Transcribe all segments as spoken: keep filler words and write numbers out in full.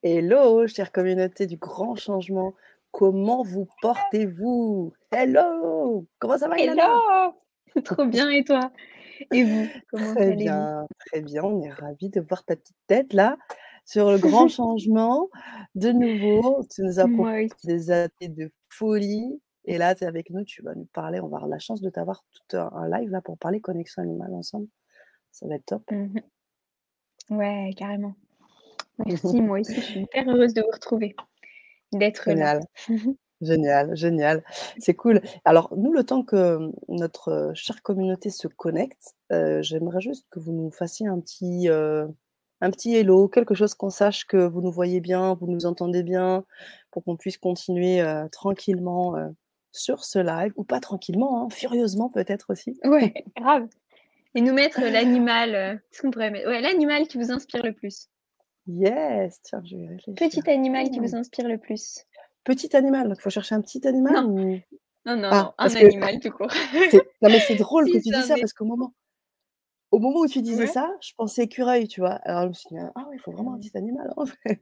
Hello, chère communauté du grand changement. Comment vous portez-vous? Hello! Comment ça va, Ilana? Hello! Trop bien et toi? Et vous, comment Très allez-vous? bien, très bien. On est ravis de voir ta petite tête là, sur le grand changement. De nouveau, tu nous as proposé Moi aussi. des ateliers de folie et là, tu es avec nous, tu vas nous parler. On va avoir la chance de t'avoir tout un un live là pour parler connexion animale ensemble. Ça va être top. Mmh mh. Ouais, carrément. Merci, moi aussi, je suis hyper heureuse de vous retrouver, d'être là. Génial. Génial, génial, c'est cool. Alors nous, le temps que, mmh, notre, heu, chère communauté se connecte, heu, j'aimerais juste que vous nous fassiez un petit, heu, un petit hello, quelque chose qu'on sache que vous nous voyez bien, vous nous entendez bien, pour qu'on puisse continuer, heu, tranquillement, heu, sur ce live ou pas tranquillement, hein, furieusement peut-être aussi. Ouais, grave. Et nous mettre l'animal, heu, qu'est-ce qu'on pourrait mettre? Ouais, l'animal qui vous inspire le plus. Yes, tiens, je vais réfléchir. Petit animal qui Mmh. vous inspire le plus. Petit animal, donc il faut chercher un petit animal Non, ou non, non, ah, non, un parce que animal tout court. c'est non mais c'est drôle que Si tu c'est dis un ça é parce qu'au moment Au moment où tu disais ouais? ça, je pensais écureuil, tu vois? Alors je me suis dit: «Ah ouais, il faut vraiment un Mmh. petit animal, en fait».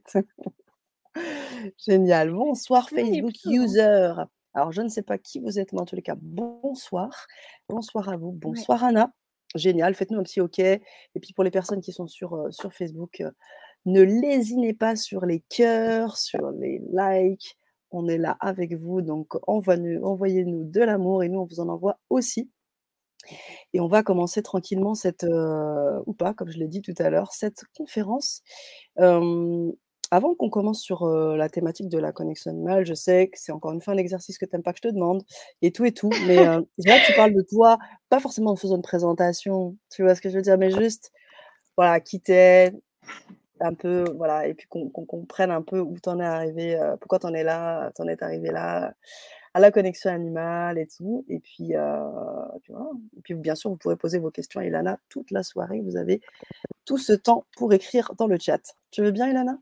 Génial. Bonsoir Ouais, il est Facebook plutôt grand. user. Alors je ne sais pas qui vous êtes, mais en tous les cas, bonsoir. Bonsoir à vous. Ouais. Bonsoir Anna. Génial, faites-nous un petit OK et puis pour les personnes qui sont sur, heu, sur Facebook, heu, ne lésinez pas sur les cœurs, sur les likes. On est là avec vous, donc envoie nous envoyez-nous de l'amour et nous, on vous en envoie aussi. Et on va commencer tranquillement cette, heu, ou pas, comme je l'ai dit tout à l'heure, cette conférence. Hem, avant qu'on commence sur, heu, la thématique de la connexion animale, je sais que c'est encore une fois un exercice que tu aimes pas que je te demande et tout et tout, mais, heu, j'aimerais que tu parles de toi, pas forcément en faisant une présentation, tu vois ce que je veux dire? Mais juste, voilà, qui tu es, un peu, voilà et puis qu'on qu'on comprenne un peu où tu en es arrivé, heu, pourquoi tu en es là, tu en es arrivé là, à la connexion animale et tout et puis, heu, puis voilà et puis bien sûr, vous pourrez poser vos questions à Ilana toute la soirée. Vous avez tout ce temps pour écrire dans le chat. Tu veux bien, Ilana?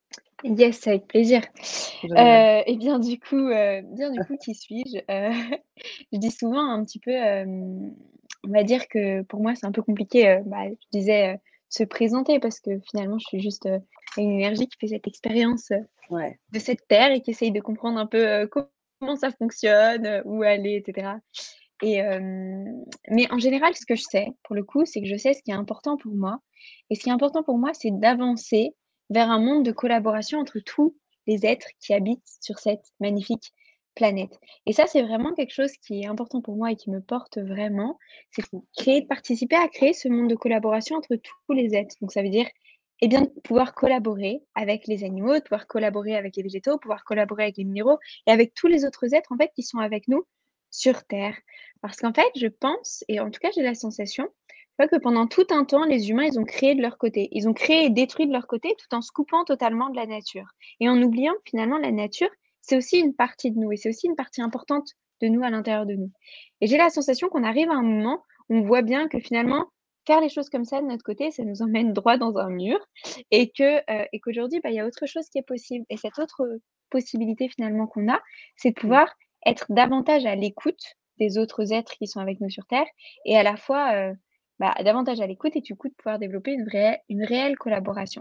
Yes, avec plaisir. Génial. Heu et bien du coup, heu, bien du coup, qui suis-je? Heu, je dis souvent un petit peu, hem, on va dire que pour moi, c'est un peu compliqué, heu, bah, je disais, heu, se présenter parce que finalement, je suis juste, heu, une énergie qui fait cette expérience, heu, Ouais. de cette terre et qui essaye de comprendre un peu, heu, comment ça fonctionne, heu, où aller et cetera et hem, mais en général, ce que je sais, pour le coup, c'est que je sais ce qui est important pour moi et ce qui est important pour moi, c'est d'avancer vers un monde de collaboration entre tous les êtres qui habitent sur cette magnifique planète et ça, c'est vraiment quelque chose qui est important pour moi et qui me porte vraiment, c'est de créer de participer à créer ce monde de collaboration entre tous les êtres. Donc ça veut dire, eh bien, de pouvoir collaborer avec les animaux, de pouvoir collaborer avec les végétaux, pouvoir collaborer avec les minéraux et avec tous les autres êtres, en fait, qui sont avec nous sur terre. Parce qu'en fait, je pense et en tout cas, j'ai la sensation, tu vois, que pendant tout un temps, les humains, ils ont créé de leur côté. Ils ont créé et détruit de leur côté tout en se coupant totalement de la nature et en oubliant que finalement la nature, c'est aussi une partie de nous et c'est aussi une partie importante de nous à l'intérieur de nous. Et j'ai la sensation qu'on arrive à un moment où on voit bien que finalement, faire les choses comme ça de notre côté, ça nous emmène droit dans un mur et que, heu et qu'aujourd'hui, bah, il y a autre chose qui est possible et cette autre, heu, possibilité finalement qu'on a, c'est de Mmh. pouvoir être davantage à l'écoute des autres êtres qui sont avec nous sur terre et à la fois, heu, bah, davantage à l'écoute et du coup de pouvoir développer une vraie une réelle collaboration.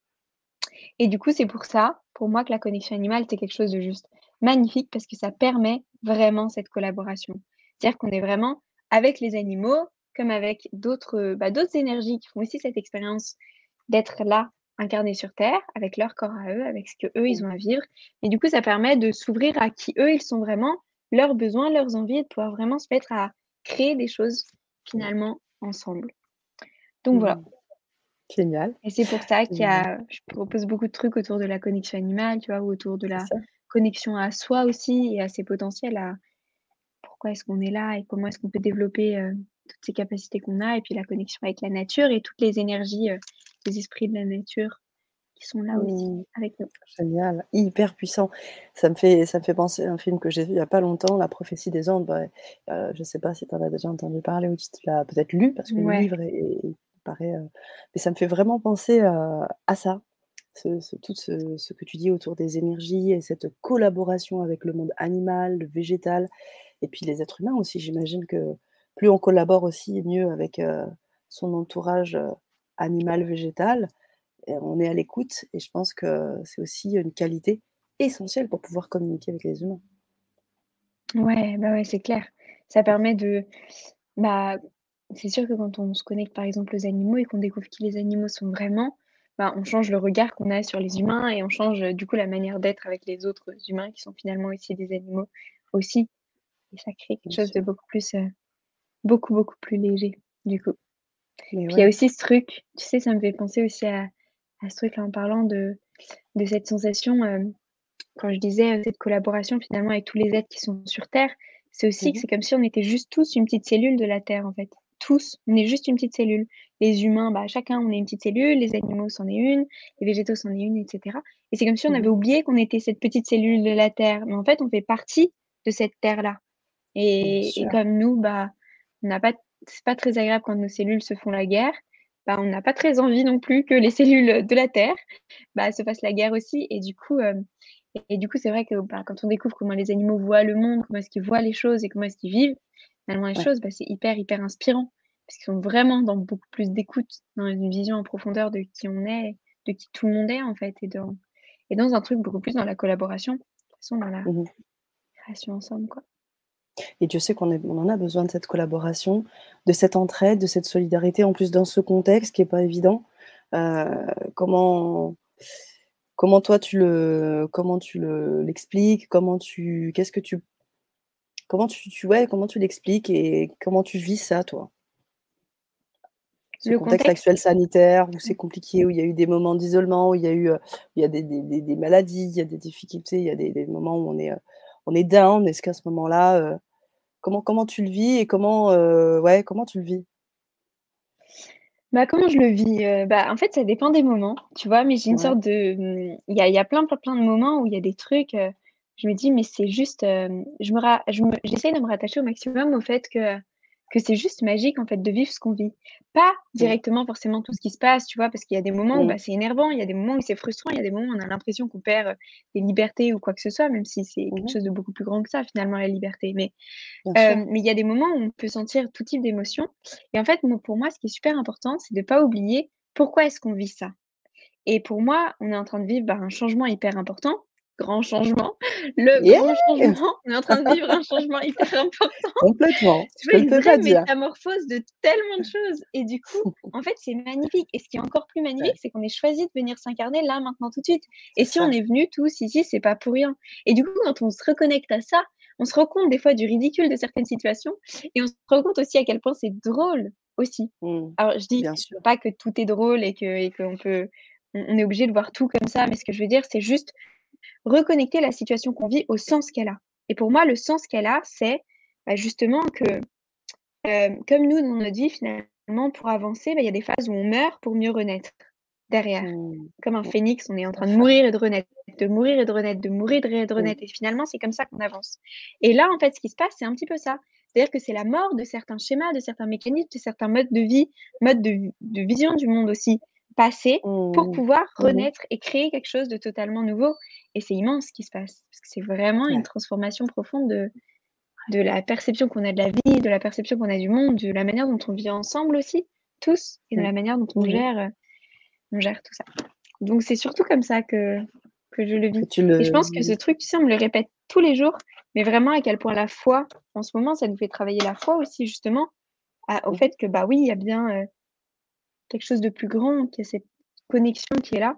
Et du coup, c'est pour ça, pour moi, que la connexion animale, c'est quelque chose de juste magnifique parce que ça permet vraiment cette collaboration. C'est-à-dire qu'on est vraiment avec les animaux, comme avec d'autres, heu, bah, d'autres énergies qui font aussi cette expérience d'être là, incarnés sur terre, avec leur corps à eux, avec ce qu'eux, ils Mmh. ont à vivre. Et du coup, ça permet de s'ouvrir à qui eux, ils sont vraiment, leurs besoins, leurs envies et de pouvoir vraiment se mettre à créer des choses finalement ensemble. Donc voilà. Mmh. Génial, Et c'est pour ça qu'il y génial. a je propose beaucoup de trucs autour de la connexion animale, tu vois? Ou autour de C'est la ça. connexion à soi aussi et à ses potentiels, à pourquoi est-ce qu'on est là et comment est-ce qu'on peut développer, heu, toutes ces capacités qu'on a et puis la connexion avec la nature et toutes les énergies, heu, les esprits de la nature qui sont là aussi Mmh. avec nous. Génial, hyper puissant. Ça me fait ça me fait penser à un film que j'ai vu il y a pas longtemps, La prophétie des Andes. Bah, heu, je sais pas si tu en as déjà entendu parler ou si tu l'as peut-être lu parce que le Ouais. livre est est il paraît, heu mais ça me fait vraiment penser, heu, à ça. Ce ce tout ce ce que tu dis autour des énergies et cette collaboration avec le monde animal, le végétal et puis les êtres humains aussi. J'imagine que plus on collabore aussi, mieux avec, heu, son entourage, heu, animal, végétal et on est à l'écoute et je pense que c'est aussi une qualité essentielle pour pouvoir communiquer avec les humains. Ouais, bah, ouais, c'est clair. Ça permet de bah, c'est sûr que quand on se connecte, par exemple, aux animaux et qu'on découvre qui les animaux sont vraiment, bah, on change le regard qu'on a sur les humains et on change, heu, du coup, la manière d'être avec les autres humains qui sont finalement aussi des animaux aussi et ça crée quelque Bien chose de sûr. beaucoup plus, heu, beaucoup, beaucoup plus léger, du coup. Mais Puis il y a ouais. aussi ce truc, tu sais, ça me fait penser aussi à à ce truc-là en parlant de de cette sensation, hem, quand je disais, heu, cette collaboration finalement avec tous les êtres qui sont sur terre, c'est aussi que Mmh. c'est comme si on était juste tous une petite cellule de la terre, en fait. Tous, on est juste une petite cellule. Les humains, bah, chacun on est une petite cellule, les animaux c'en est une, les végétaux c'en est une et cetera et c'est comme si on avait Mmh. oublié qu'on était cette petite cellule de la terre, mais en fait on fait partie de cette terre-là Bien et et sûr. comme nous, bah, on n'a pas c'est pas très agréable quand nos cellules se font la guerre, bah, on n'a pas très envie non plus que les cellules de la terre, bah, se fassent la guerre aussi et du coup, hem et et du coup, c'est vrai que, bah, quand on découvre comment les animaux voient le monde, comment est-ce qu'ils voient les choses et comment est-ce qu'ils vivent finalement les Ouais. choses, bah, c'est hyper, hyper inspirant. Parce qu'ils sont vraiment dans beaucoup plus d'écoute, dans une vision en profondeur de qui on est, de qui tout le monde est en fait et dans et dans un truc beaucoup plus dans la collaboration, de toute façon dans la Mmh. création ensemble, quoi. Et Dieu sait qu'on est on en a besoin de cette collaboration, de cette entraide, de cette solidarité, en plus dans ce contexte qui est pas évident. Heu, comment comment toi tu le comment tu le l'expliques? Comment tu qu'est-ce que tu comment tu tu ouais, comment tu l'expliques et comment tu vis ça toi? Ce Le contexte contexte actuel sanitaire où c'est compliqué, où il y a eu des moments d'isolement, où il y a eu, heu, il y a des des des des maladies, il y a des difficultés, il y a des des moments où on est, heu, on est down. Est-ce qu'à ce moment-là, heu, comment comment tu le vis et comment, heu, ouais, comment tu le vis? Bah, comment je le vis? Heu, bah, en fait, ça dépend des moments, tu vois? Mais j'ai une Ouais. sorte de, mmh, il y a il y a plein, plein, plein de moments où il y a des trucs, heu, je me dis: «Mais c'est juste», hem, je me ra je me j'essaye de me rattacher au maximum au fait que que c'est juste magique, en fait, de vivre ce qu'on vit. Pas Mmh. directement forcément tout ce qui se passe, tu vois? Parce qu'il y a des moments où, Mmh. bah, c'est énervant, il y a des moments où c'est frustrant, il y a des moments où on a l'impression qu'on perd, heu, des libertés ou quoi que ce soit, même si c'est quelque Mmh. chose de beaucoup plus grand que ça, finalement, la liberté. Mais Bien sûr. Hem, mais il y a des moments où on peut sentir tout type d'émotions et en fait, moi pour moi, ce qui est super important, c'est de pas oublier pourquoi est-ce qu'on vit ça? Et pour moi, on est en train de vivre, bah, un changement hyper important, grand changement, le Yeah! grand changement, on est en train de vivre un changement hyper important, Complètement, tu je vois? te le Une fais vraie pas dire. métamorphose de tellement de choses et du coup, en fait, c'est magnifique et ce qui est encore plus magnifique, Ouais, c'est qu'on ait choisi de venir s'incarner là, maintenant, tout de suite et c'est si on ça. est venus tous ici, c'est pas pour rien et du coup, quand on se reconnecte à ça, on se rend compte des fois du ridicule de certaines situations et on se rend compte aussi à quel point c'est drôle aussi. Mmh. Alors je dis Bien sûr. pas que tout est drôle et que et qu'on peut on on est obligé de voir tout comme ça, mais ce que je veux dire, c'est juste reconnecter la situation qu'on vit au sens qu'elle a et pour moi, le sens qu'elle a, c'est, bah, justement que Hem, comme nous, dans notre vie, finalement, pour avancer, bah, il y a des phases où on meurt pour mieux renaître, derrière. Mmh. Comme un Mmh. phénix, on est en Tout à train de fait. mourir et de renaître, de mourir et de renaître, de mourir et de Mmh. renaître et finalement, c'est comme ça qu'on avance. Et là, en fait, ce qui se passe, c'est un petit peu ça. C'est-à-dire que c'est la mort de certains schémas, de certains mécanismes, de certains modes de vie, modes de v de vision du monde aussi, passés, pour Mmh. pouvoir Mmh mh. renaître et créer quelque chose de totalement nouveau et c'est immense ce qui se passe, parce que c'est vraiment une Ouais. transformation profonde de de la perception qu'on a de la vie, de la perception qu'on a du monde, de la manière dont on vit ensemble aussi, tous, et de Mmh. la manière dont on Mmh mh. gère, heu, on gère tout ça. Donc c'est surtout comme ça que que je le Que vis tu et je le pense que ce truc, tu sais, on me le répète tous les jours, mais vraiment à quel point la foi, en ce moment, ça nous fait travailler la foi aussi justement, à au mmh mh. fait que, bah, oui, il y a bien, heu, quelque chose de plus grand, qu'il y a cette connexion qui est là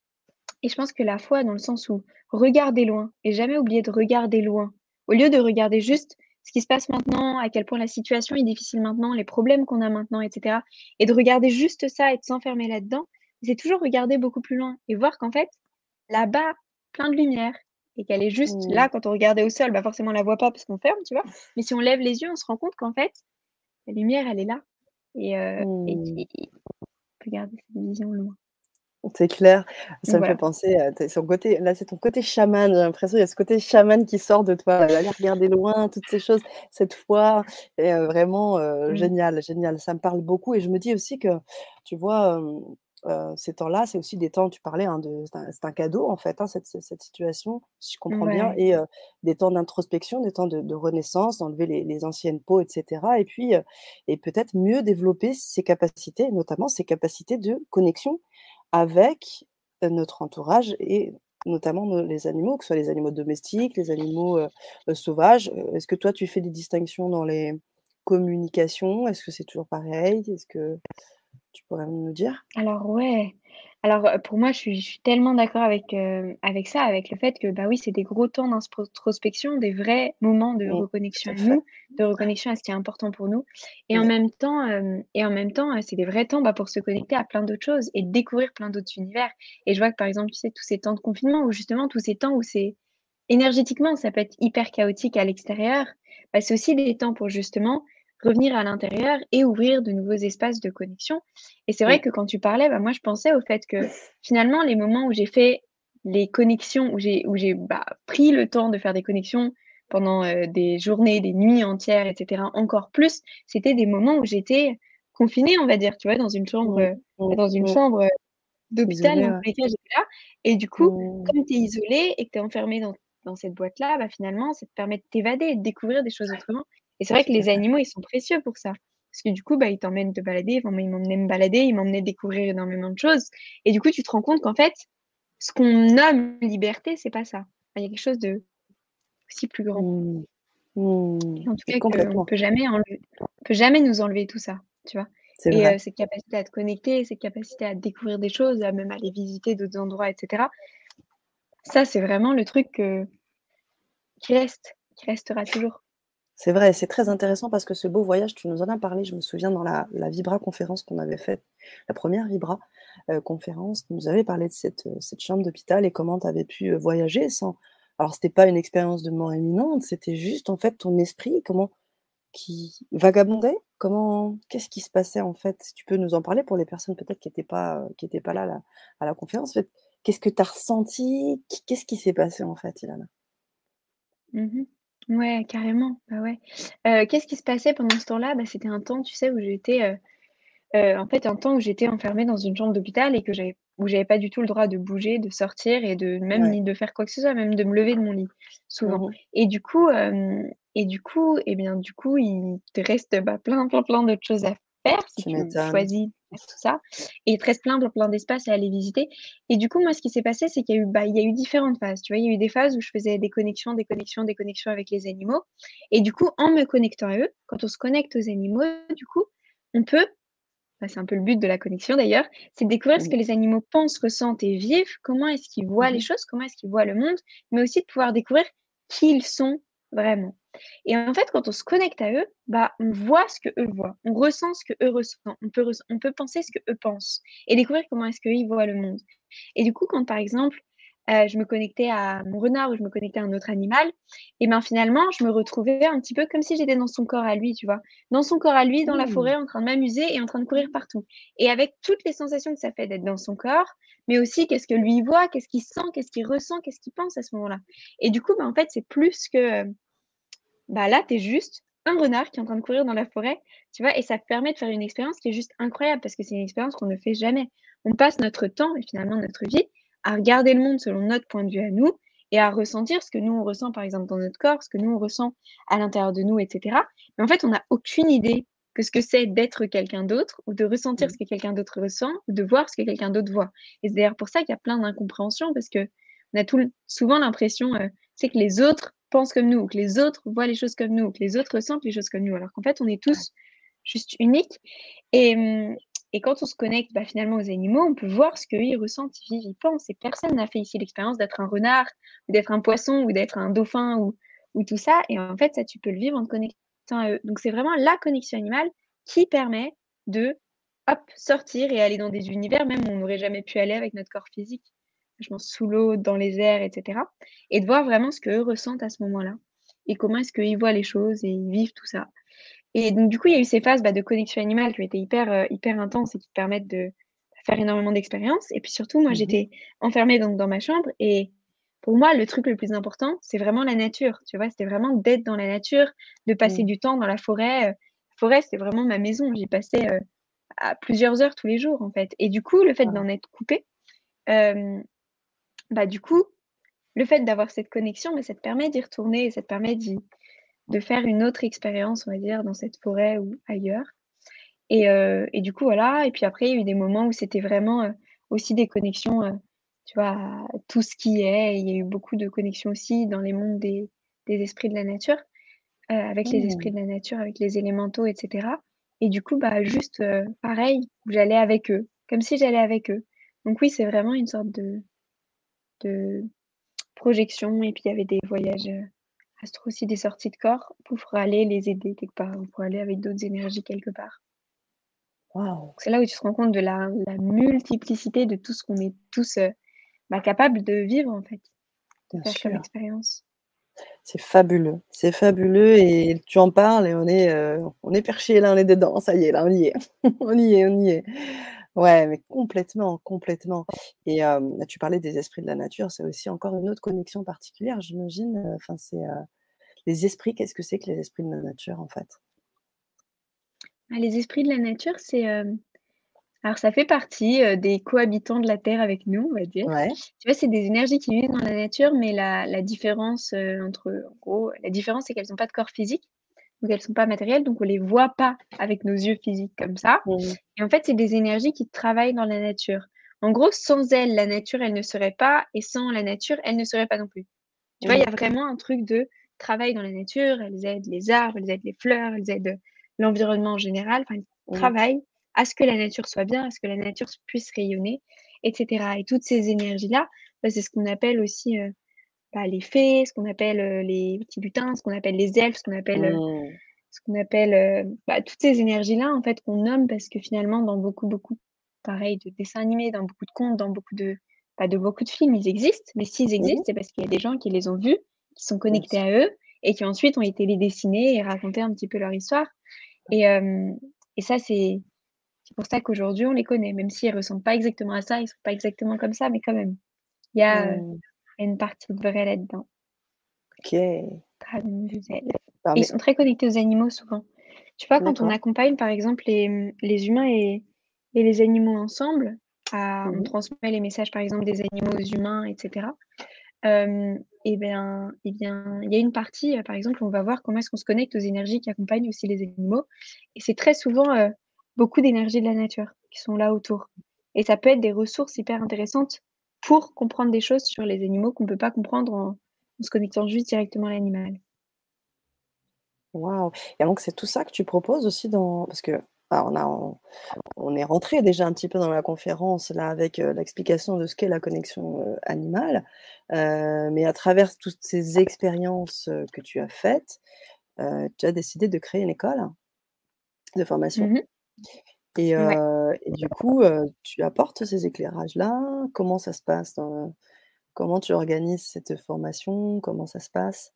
et je pense que la foi dans le sens où regarder loin et jamais oublier de regarder loin. Au lieu de regarder juste ce qui se passe maintenant, à quel point la situation est difficile maintenant, les problèmes qu'on a maintenant et cetera et de regarder juste ça et de s'enfermer là-dedans, c'est toujours regarder beaucoup plus loin et voir qu'en fait, là-bas, plein de lumière et qu'elle est juste Mmh. là quand on regardait au sol, bah, forcément on la voit pas parce qu'on ferme, tu vois? Mais si on lève les yeux, on se rend compte qu'en fait, la lumière, elle est là et heu et Mmh. et et on peut garder cette vision loin. C'est clair. Donc Ça me fait voilà. penser à tu son côté là, c'est ton côté chaman, j'ai l'impression, il y a ce côté chaman qui sort de toi, aller regarder loin, toutes ces choses, cette foi et heu, vraiment, heu, Mmh. génial, génial. Ça me parle beaucoup et je me dis aussi que, tu vois, hem, heu, ces temps-là, c'est aussi des temps tu parlais, hein, de c'est un c'est un cadeau, en fait, hein, cette cette cette situation, si je comprends bien Ouais. et heu, des temps d'introspection, des temps de de renaissance, d'enlever les les anciennes peaux et cetera et puis, heu et peut-être mieux développer ses capacités, notamment ses capacités de connexion avec, heu, notre entourage et notamment nos les animaux, que ce soit les animaux domestiques, les animaux, heu heu, sauvages. Heu, est-ce que toi, tu fais des distinctions dans les communications? Est-ce que c'est toujours pareil? Est-ce que tu pourrais nous dire? Alors ouais, alors, heu, pour moi, je suis je suis tellement d'accord avec, heu, avec ça, avec le fait que, bah, oui, c'est des gros temps d'insprospection, des vrais moments de Mmh, reconnexion tout à à fait. nous, de reconnexion à ce qui est important pour nous et en Ouais. même temps, hem et en même temps, heu, c'est des vrais temps, bah, pour se connecter à plein d'autres choses et découvrir plein d'autres univers et je vois que, par exemple, tu sais, tous ces temps de confinement où justement tous ces temps où c'est énergétiquement, ça peut être hyper chaotique à l'extérieur, bah, c'est aussi des temps pour justement revenir à l'intérieur et ouvrir de nouveaux espaces de connexion et c'est vrai Mmh. que quand tu parlais, bah, moi je pensais au fait que finalement les moments où j'ai fait les connexions, où j'ai où j'ai, bah, pris le temps de faire des connexions pendant, heu, des journées, des nuits entières et cetera, encore plus, c'était des moments où j'étais confinée, on va dire, tu vois? Dans une chambre, Mmh, heu, mmh, dans une mmh. chambre, heu, d'hôpital Isolé, dans tous ouais. les cas, j'étais là et du coup, Mmh. comme tu es isolé et que tu es enfermé dans dans cette boîte-là, bah, finalement, ça te permet de t'évader et de découvrir des choses autrement et c'est vrai que Tout à les fait. animaux, ils sont précieux pour ça. Parce que du coup, bah, ils t'emmènent te balader, enfin moi, ils m'emmenaient me balader, ils m'emmenaient découvrir énormément de choses et du coup, tu te rends compte qu'en fait, ce qu'on nomme liberté, c'est pas ça. Enfin, il y a quelque chose de aussi plus grand Mmh. Mmh. et en tout cas qu'on Complètement. peut jamais enlever on peut jamais nous enlever tout ça, tu vois? C'est Et vrai. heu, cette capacité à te connecter, cette capacité à découvrir des choses, à même aller visiter d'autres endroits et cetera. Ça, c'est vraiment le truc, heu, qui reste, qui restera toujours. C'est vrai, c'est très intéressant parce que ce beau voyage, tu nous en as parlé, je me souviens dans la la Vibra conférence qu'on avait faite, la première Vibra, heu, conférence, tu nous avais parlé de cette, heu, cette chambre d'hôpital et comment tu avais pu, heu, voyager sans alors c'était pas une expérience de mort imminente, c'était juste en fait ton esprit, comment qui vagabondait? Comment qu'est-ce qui se passait en fait? Si tu peux nous en parler pour les personnes peut-être qui étaient pas, heu, qui étaient pas là, à la à la conférence, en fait, qu'est-ce que tu as ressenti? Qu qu'est-ce qui s'est passé en fait, Ilana? Mmh mh. Ouais, carrément, bah, ouais. Heu, qu'est-ce qui se passait pendant ce temps-là? Bah, c'était un temps, tu sais, où j'étais, heu heu, en fait, un temps où j'étais enfermée dans une chambre d'hôpital et que j'avais où j'avais pas du tout le droit de bouger, de sortir et de même Ouais. ni de faire quoi que ce soit, même de me lever de mon lit, Mmh souvent. mh. Et du coup, hem et du coup et bien, du coup, il te reste, bah, plein, plein, plein d'autres choses à faire si Tu tu m'étonnes. choisis de faire tout ça et il te reste plein, plein, plein d'espaces à aller visiter. Et du coup, moi, ce qui s'est passé, c'est qu'il y a eu, bah, il y a eu différentes phases, tu vois? Il y a eu des phases où je faisais des connexions, des connexions, des connexions avec les animaux et du coup, en me connectant à eux, quand on se connecte aux animaux, du coup, on peut bah, c'est un peu le but de la connexion d'ailleurs, c'est de découvrir ce Mmh que mh. les animaux pensent, ressentent et vivent, comment est-ce qu'ils voient Mmh les mh. choses, comment est-ce qu'ils voient le monde, mais aussi de pouvoir découvrir qui ils sont vraiment. Et en fait, quand on se connecte à eux, bah, on voit ce qu'eux voient, on ressent ce qu'eux ressentent, on peut res on peut penser ce qu'eux pensent et découvrir comment est-ce qu'eux, ils voient le monde. Et du coup, quand par exemple, heu, je me connectais à mon renard ou je me connectais à un autre animal et ben, finalement, je me retrouvais un petit peu comme si j'étais dans son corps à lui, tu vois? Dans son corps à lui, dans la Mmh. forêt, en train de m'amuser et en train de courir partout. Et avec toutes les sensations que ça fait d'être dans son corps, mais aussi qu'est-ce que lui il voit, qu'est-ce qu'il sent, qu'est-ce qu'il ressent, qu'est-ce qu'il pense à ce moment-là. Et du coup, bah, en fait, c'est plus que, heu, bah, là, tu es juste un renard qui est en train de courir dans la forêt, tu vois? Et ça te permet de faire une expérience qui est juste incroyable parce que c'est une expérience qu'on ne fait jamais. On passe notre temps et finalement notre vie à regarder le monde selon notre point de vue à nous et à ressentir ce que nous on ressent, par exemple, dans notre corps, ce que nous on ressent à l'intérieur de nous et cetera. Mais en fait, on n'a aucune idée que ce que c'est d'être quelqu'un d'autre ou de ressentir Mmh. ce que quelqu'un d'autre ressent ou de voir ce que quelqu'un d'autre voit. Et c'est d'ailleurs pour ça qu'il y a plein d'incompréhensions parce qu'on a tout l souvent l'impression, heu, tu sais, que les autres pensent comme nous ou que les autres voient les choses comme nous ou que les autres ressentent les choses comme nous, alors qu'en fait, on est Ouais. tous juste uniques. Et mmh et quand on se connecte, bah, finalement aux animaux, on peut voir ce qu'eux, ils ressentent, ils vivent, ils pensent et personne n'a fait ici l'expérience d'être un renard ou d'être un poisson ou d'être un dauphin ou ou tout ça et en fait, ça, tu peux le vivre en te connectant à eux. Donc c'est vraiment la connexion animale qui permet de, hop, sortir et aller dans des univers même où on n'aurait jamais pu aller avec notre corps physique. Vachement sous l'eau, dans les airs et cetera et de voir vraiment ce qu'eux ressentent à ce moment-là et comment est-ce qu'ils voient les choses et ils vivent tout ça. Et donc du coup, il y a eu ces phases, bah, de connexion animale qui ont été hyper, heu, hyper intenses et qui te permettent de faire énormément d'expériences et puis surtout, moi, Mmh mh. j'étais enfermée donc dans ma chambre et pour moi, le truc le plus important, c'est vraiment la nature, tu vois? C'était vraiment d'être dans la nature, de passer Mmh. du temps dans la forêt, heu, la forêt, c'était vraiment ma maison. J'y passais, heu, à plusieurs heures tous les jours, en fait et du coup, le fait Ah. d'en être coupée, hem, bah, du coup, le fait d'avoir cette connexion, bah, ça te permet d'y retourner et ça te permet d'y de faire une autre expérience, on va dire, dans cette forêt ou ailleurs et heu et du coup, voilà et puis après, il y a eu des moments où c'était vraiment, heu, aussi des connexions, heu, tu vois, à tout ce qui est. Il y a eu beaucoup de connexions aussi dans les mondes des des esprits de la nature, heu, avec les esprits Mmh. de la nature, avec les élémentaux et cetera et du coup, bah, juste, heu, pareil, j'allais avec eux, comme si j'allais avec eux. Donc oui, c'est vraiment une sorte de de projection et puis il y avait des voyages, heu, astro aussi, des sorties de corps pour aller les aider quelque part ou pour aller avec d'autres énergies quelque part. Waouh! C'est là où tu te rends compte de la la multiplicité de tout ce qu'on est tous, heu, bah, capables de vivre en fait, de Bien faire comme sûr. expérience. C'est fabuleux, c'est fabuleux et tu en parles et on est, heu, on est perchés là, on est dedans, ça y est, là, on y est. On y est, on y est. Ouais, mais complètement, complètement et hem, tu parlais des esprits de la nature, c'est aussi encore une autre connexion particulière, j'imagine, heu, enfin, c'est, heu, les esprits, qu'est-ce que c'est que les esprits de la nature, en fait? Ah, les esprits de la nature, c'est, hem, alors ça fait partie, heu, des cohabitants de la terre avec nous, on va dire. Ouais. Tu vois, c'est des énergies qui vivent dans la nature, mais la la différence, heu, entre en gros, la différence, c'est qu'elles ont pas de corps physique, donc elles sont pas matérielles, donc on les voit pas avec nos yeux physiques comme ça Mmh mh. et en fait, c'est des énergies qui travaillent dans la nature. En gros, sans elles, la nature, elle ne serait pas et sans la nature, elle ne serait pas non plus. Tu vois, il y Mmh. a vraiment un truc de travail dans la nature, elles aident les arbres, elles aident les fleurs, elles aident l'environnement en général, enfin, elles Mmh. travaillent à ce que la nature soit bien, à ce que la nature puisse rayonner et cetera et toutes ces énergies-là, bah, c'est ce qu'on appelle aussi, heu, bah, les fées, ce qu'on appelle, heu, les petits lutins, ce qu'on appelle les elfes, ce qu'on appelle, heu, Mmh. ce qu'on appelle, heu, bah, toutes ces énergies-là, en fait, qu'on nomme parce que finalement dans beaucoup, beaucoup, pareil, de dessins animés, dans beaucoup de contes, dans beaucoup de bah, de beaucoup de films, ils existent, mais s'ils Mmh existent, mh. c'est parce qu'il y a des gens qui les ont vus, qui sont Bien connectés sûr. à eux et qui ensuite ont été les dessiner et raconter un petit peu leur histoire et hem et ça, c'est c'est pour ça qu'aujourd'hui on les connaît, même s'ils ressemblent pas exactement à ça, ils sont pas exactement comme ça, mais quand même, il y a, heu, Mmh. il y a une partie de vrai là-dedans. OK. Dragon des elfes Ah et ils mais sont très connectés aux animaux souvent. Tu vois, quand on d'accord. accompagne par exemple les, mmh, les humains et et les animaux ensemble, à Mmh on mh. transmet les messages par exemple des animaux aux humains et cetera. Hem et bien et bien, il y a une partie, heu, par exemple, où on va voir comment est-ce qu'on se connecte aux énergies qui accompagnent aussi les animaux et c'est très souvent, heu, beaucoup d'énergies de la nature qui sont là autour et ça peut être des ressources hyper intéressantes pour comprendre des choses sur les animaux qu'on peut pas comprendre en en se connectant juste directement à l'animal. Waouh et donc c'est tout ça que tu proposes aussi dans parce que, bah, on a on on est rentré déjà un petit peu dans la conférence là avec, heu, l'explication de ce qu'est la connexion, heu, animale, heu, mais à travers toutes ces expériences, heu, que tu as faites, heu, tu as décidé de créer une école de formation Mmh. et Ouais. heu et du coup, heu, tu apportes ces éclairages-là? Comment ça se passe dans comment tu organises cette formation? Comment ça se passe?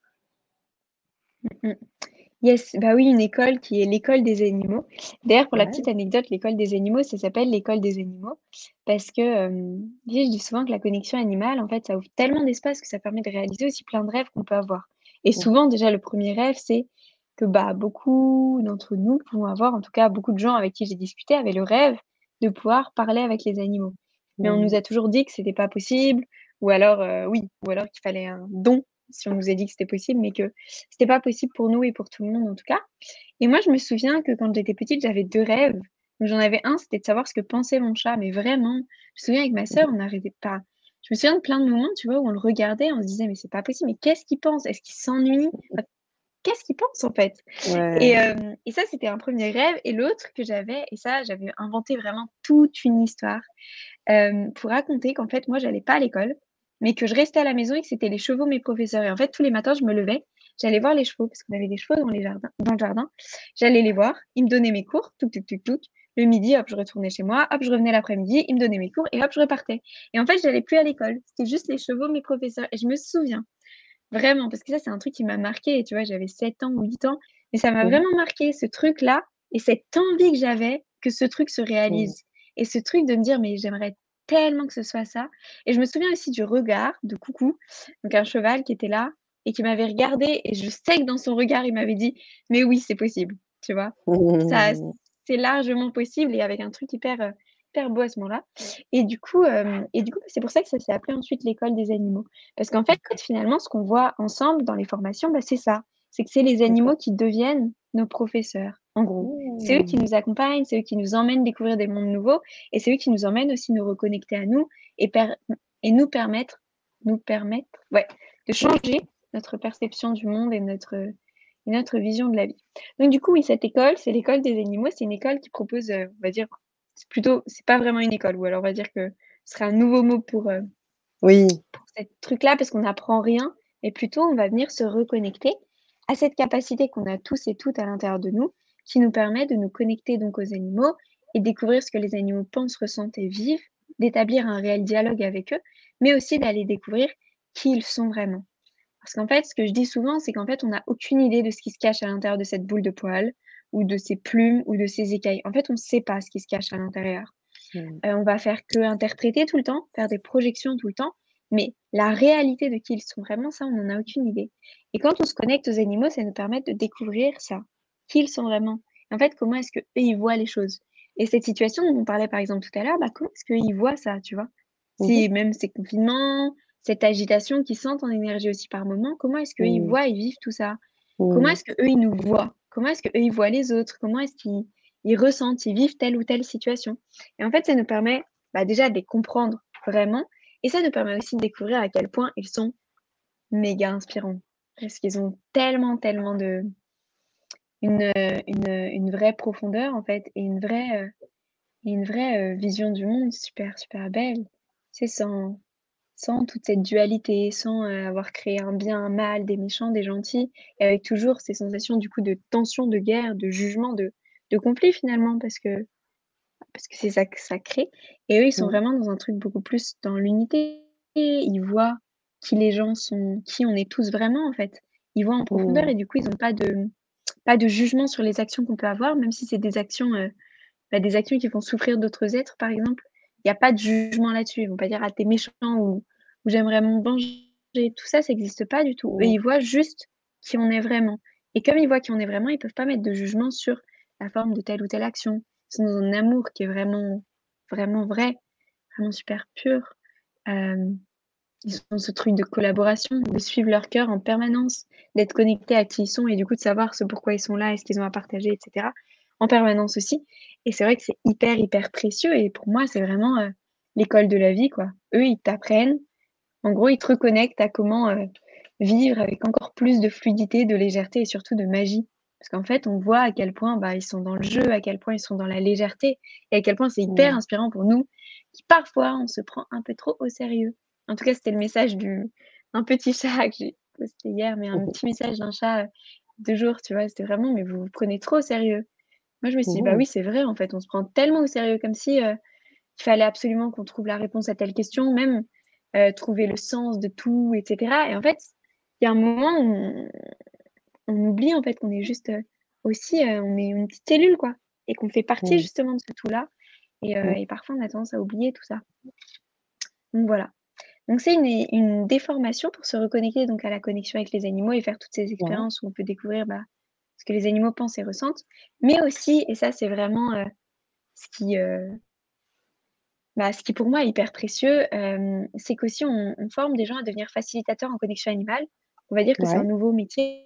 Mmh. Yes, bah, oui, une école qui est l'école des animaux. D'ailleurs, pour la Ouais. petite anecdote, l'école des animaux, ça s'appelle l'école des animaux parce que, hem, tu sais, je dis souvent que la connexion animale, en fait, ça ouvre tellement d'espace que ça permet de réaliser aussi plein de rêves qu'on peut avoir et Mmh. souvent, déjà, le premier rêve, c'est que, bah, beaucoup d'entre nous vont avoir, en tout cas, beaucoup de gens avec qui j'ai discuté avaient le rêve de pouvoir parler avec les animaux. Mais on nous Mmh. a toujours dit que c'était pas possible ou alors, heu, oui, ou alors qu'il fallait un don si on nous a dit que c'était possible, mais que c'était pas possible pour nous et pour tout le monde en tout cas. Et moi, je me souviens que quand j'étais petite, j'avais deux rêves. Donc j'en avais un, c'était de savoir ce que pensait mon chat, mais vraiment, je me souviens avec ma Mmh. sœur, on n'arrêtait pas. Je me souviens de plein de moments, tu vois, où on le regardait, on se disait: «Mais c'est pas possible, mais qu'est-ce qu'il pense? Est-ce qu'il s'ennuie? Enfin, qu'est-ce qu'il pense en fait?» et Ouais. hem et ça, c'était un premier rêve et l'autre que j'avais et ça, j'avais inventé vraiment toute une histoire, hem, pour raconter qu'en fait, moi, j'allais pas à l'école, mais que je restais à la maison et que c'était les chevaux mes professeurs et en fait, tous les matins, je me levais, j'allais voir les chevaux parce qu'on avait des chevaux dans les jardins dans le jardin. J'allais les voir, ils me donnaient mes cours, touc, touc, touc, touc. Le midi, hop, je retournais chez moi, hop, je revenais l'après-midi, ils me donnaient mes cours et hop, je repartais et en fait, j'allais plus à l'école. C'était juste les chevaux mes professeurs et je me souviens vraiment parce que ça, c'est un truc qui m'a marquée, tu vois? J'avais sept ans ou huit ans, mais ça m'a Mmh mh. vraiment marqué ce truc-là et cette envie que j'avais que ce truc se Mmh. réalise et ce truc de me dire: «Mais j'aimerais tellement que ce soit ça» et je me souviens aussi du regard de Coucou, donc un cheval qui était là et qui m'avait regardée et je sais que dans son regard, il m'avait dit: «Mais oui, c'est possible», tu vois? Ça Mmh. c'est largement possible et avec un truc hyper, heu, hyper beau à ce moment-là et du coup, hem et du coup, c'est pour ça que ça s'est appelé ensuite l'école des animaux. Parce qu'en fait, D'accord. finalement, ce qu'on voit ensemble dans les formations, bah, c'est ça. c'est que c'est les D'accord. animaux qui deviennent nos professeurs, en gros. C'est eux qui Mmh. nous accompagnent, c'est eux qui nous emmènent découvrir des mondes nouveaux et c'est eux qui nous emmènent aussi nous reconnecter à nous et per et nous permettre nous permettre, ouais, de changer notre perception du monde et notre, heu, et notre vision de la vie. Donc du coup, oui, cette école, c'est l'école des animaux. C'est une école qui propose, heu, on va dire, c'est plutôt c'est pas vraiment une école ou alors on va dire que ce serait un nouveau mot pour, heu, Oui. pour cette truc-là parce qu'on n'apprend rien, mais plutôt on va venir se reconnecter à cette capacité qu'on a tous et toutes à l'intérieur de nous, qui nous permet de nous connecter donc aux animaux et découvrir ce que les animaux pensent, ressentent et vivent, d'établir un réel dialogue avec eux, mais aussi d'aller découvrir qui ils sont vraiment. Parce qu'en fait, ce que je dis souvent, c'est qu'en fait, on n'a aucune idée de ce qui se cache à l'intérieur de cette boule de poils ou de ces plumes ou de ces écailles. En fait, on ne sait pas ce qui se cache à l'intérieur. Mmh. Heu, on va faire qu'interpréter tout le temps, faire des projections tout le temps, mais la réalité de qui ils sont vraiment, ça, on n'en a aucune idée. Et quand on se connecte aux animaux, ça nous permet de découvrir ça, qui ils sont vraiment. En fait, comment est-ce qu'eux, ils voient les choses? Et cette situation dont on parlait, par exemple, tout à l'heure, bah, comment est-ce qu'ils voient ça, tu vois? Mmh mh. Si même ces confinements, cette agitation qu'ils sentent en énergie aussi par moment, comment est-ce qu'eux, ils Mmh. voient et vivent tout ça? Comment Mmh. est-ce qu'eux, ils nous voient? Comment est-ce qu'eux, ils voient les autres? Comment est-ce qu'ils ils ressentent, ils vivent telle ou telle situation? Et en fait, ça nous permet, bah, déjà de les comprendre vraiment et ça nous permet aussi de découvrir à quel point ils sont méga inspirants. Parce qu'ils ont tellement, tellement de une, heu, une, heu, une vraie profondeur en fait et une vraie, heu, une vraie, heu, vision du monde super, super belle. C'est sans sans toute cette dualité, sans, heu, avoir créé un bien, un mal, des méchants, des gentils et avec toujours ces sensations du coup de tension, de guerre, de jugement, de de conflit finalement parce que parce que c'est ça que ça crée et eux, ils sont Mmh. vraiment dans un truc beaucoup plus dans l'unité. Ils voient qui les gens sont, qui on est tous vraiment, en fait. Ils voient en profondeur Mmh. et du coup, ils ont pas de pas de jugement sur les actions qu'on peut avoir, même si c'est des actions, heu, bah, des actions qui font souffrir d'autres êtres, par exemple. Il y a pas de jugement là-dessus. Ils vont pas dire: «Ah, tu es méchant» ou ou «J'aimerais me venger». Tout ça, ça existe pas du tout. Eux, Mmh. ils voient juste qui on est vraiment et comme ils voient qui on est vraiment, ils peuvent pas mettre de jugement sur la forme de telle ou telle action. Ils sont dans un amour qui est vraiment, vraiment vrai, vraiment super pur. Hem, ils ont ce truc de collaboration, de suivre leur cœur en permanence, d'être connectés à qui ils sont et du coup de savoir ce pourquoi ils sont là et ce qu'ils ont à partager et cetera, en permanence aussi et c'est vrai que c'est hyper, hyper précieux et pour moi, c'est vraiment, heu, l'école de la vie, quoi. Eux, ils t'apprennent en gros, ils te reconnectent à comment, heu, vivre avec encore plus de fluidité, de légèreté et surtout de magie. Parce qu'en fait, on voit à quel point, bah, ils sont dans le jeu, à quel point ils sont dans la légèreté et à quel point c'est hyper Mmh. inspirant pour nous, qui parfois, on se prend un peu trop au sérieux. En tout cas, c'était le message du un petit chat que j'ai posté hier, mais un Mmh mh. petit message d'un chat, heu, de jour, tu vois? C'était vraiment: «Mais vous vous prenez trop au sérieux». Moi, je me suis dit: «Bah Mmh. oui, c'est vrai, en fait, on se prend tellement au sérieux comme si, heu, il fallait absolument qu'on trouve la réponse à telle question, même, heu, trouver le sens de tout et cetera et en fait, il y a un moment où on on oublie en fait qu'on est juste, heu, aussi, heu, on est une petite cellule quoi et qu'on fait partie Mmh. justement de ce tout-là et heu Mmh. et parfois on a tendance à oublier tout ça. Donc voilà. Donc c'est une une déformation pour se reconnecter donc à la connexion avec les animaux et faire toutes ces Ouais. expériences où on peut découvrir, bah, ce que les animaux pensent et ressentent. Mais aussi et ça c'est vraiment, heu, ce qui, heu bah, ce qui pour moi est hyper précieux, hem, c'est qu'aussi on on forme des gens à devenir facilitateurs en connexion animale. On va dire que c'est un Ouais. nouveau métier,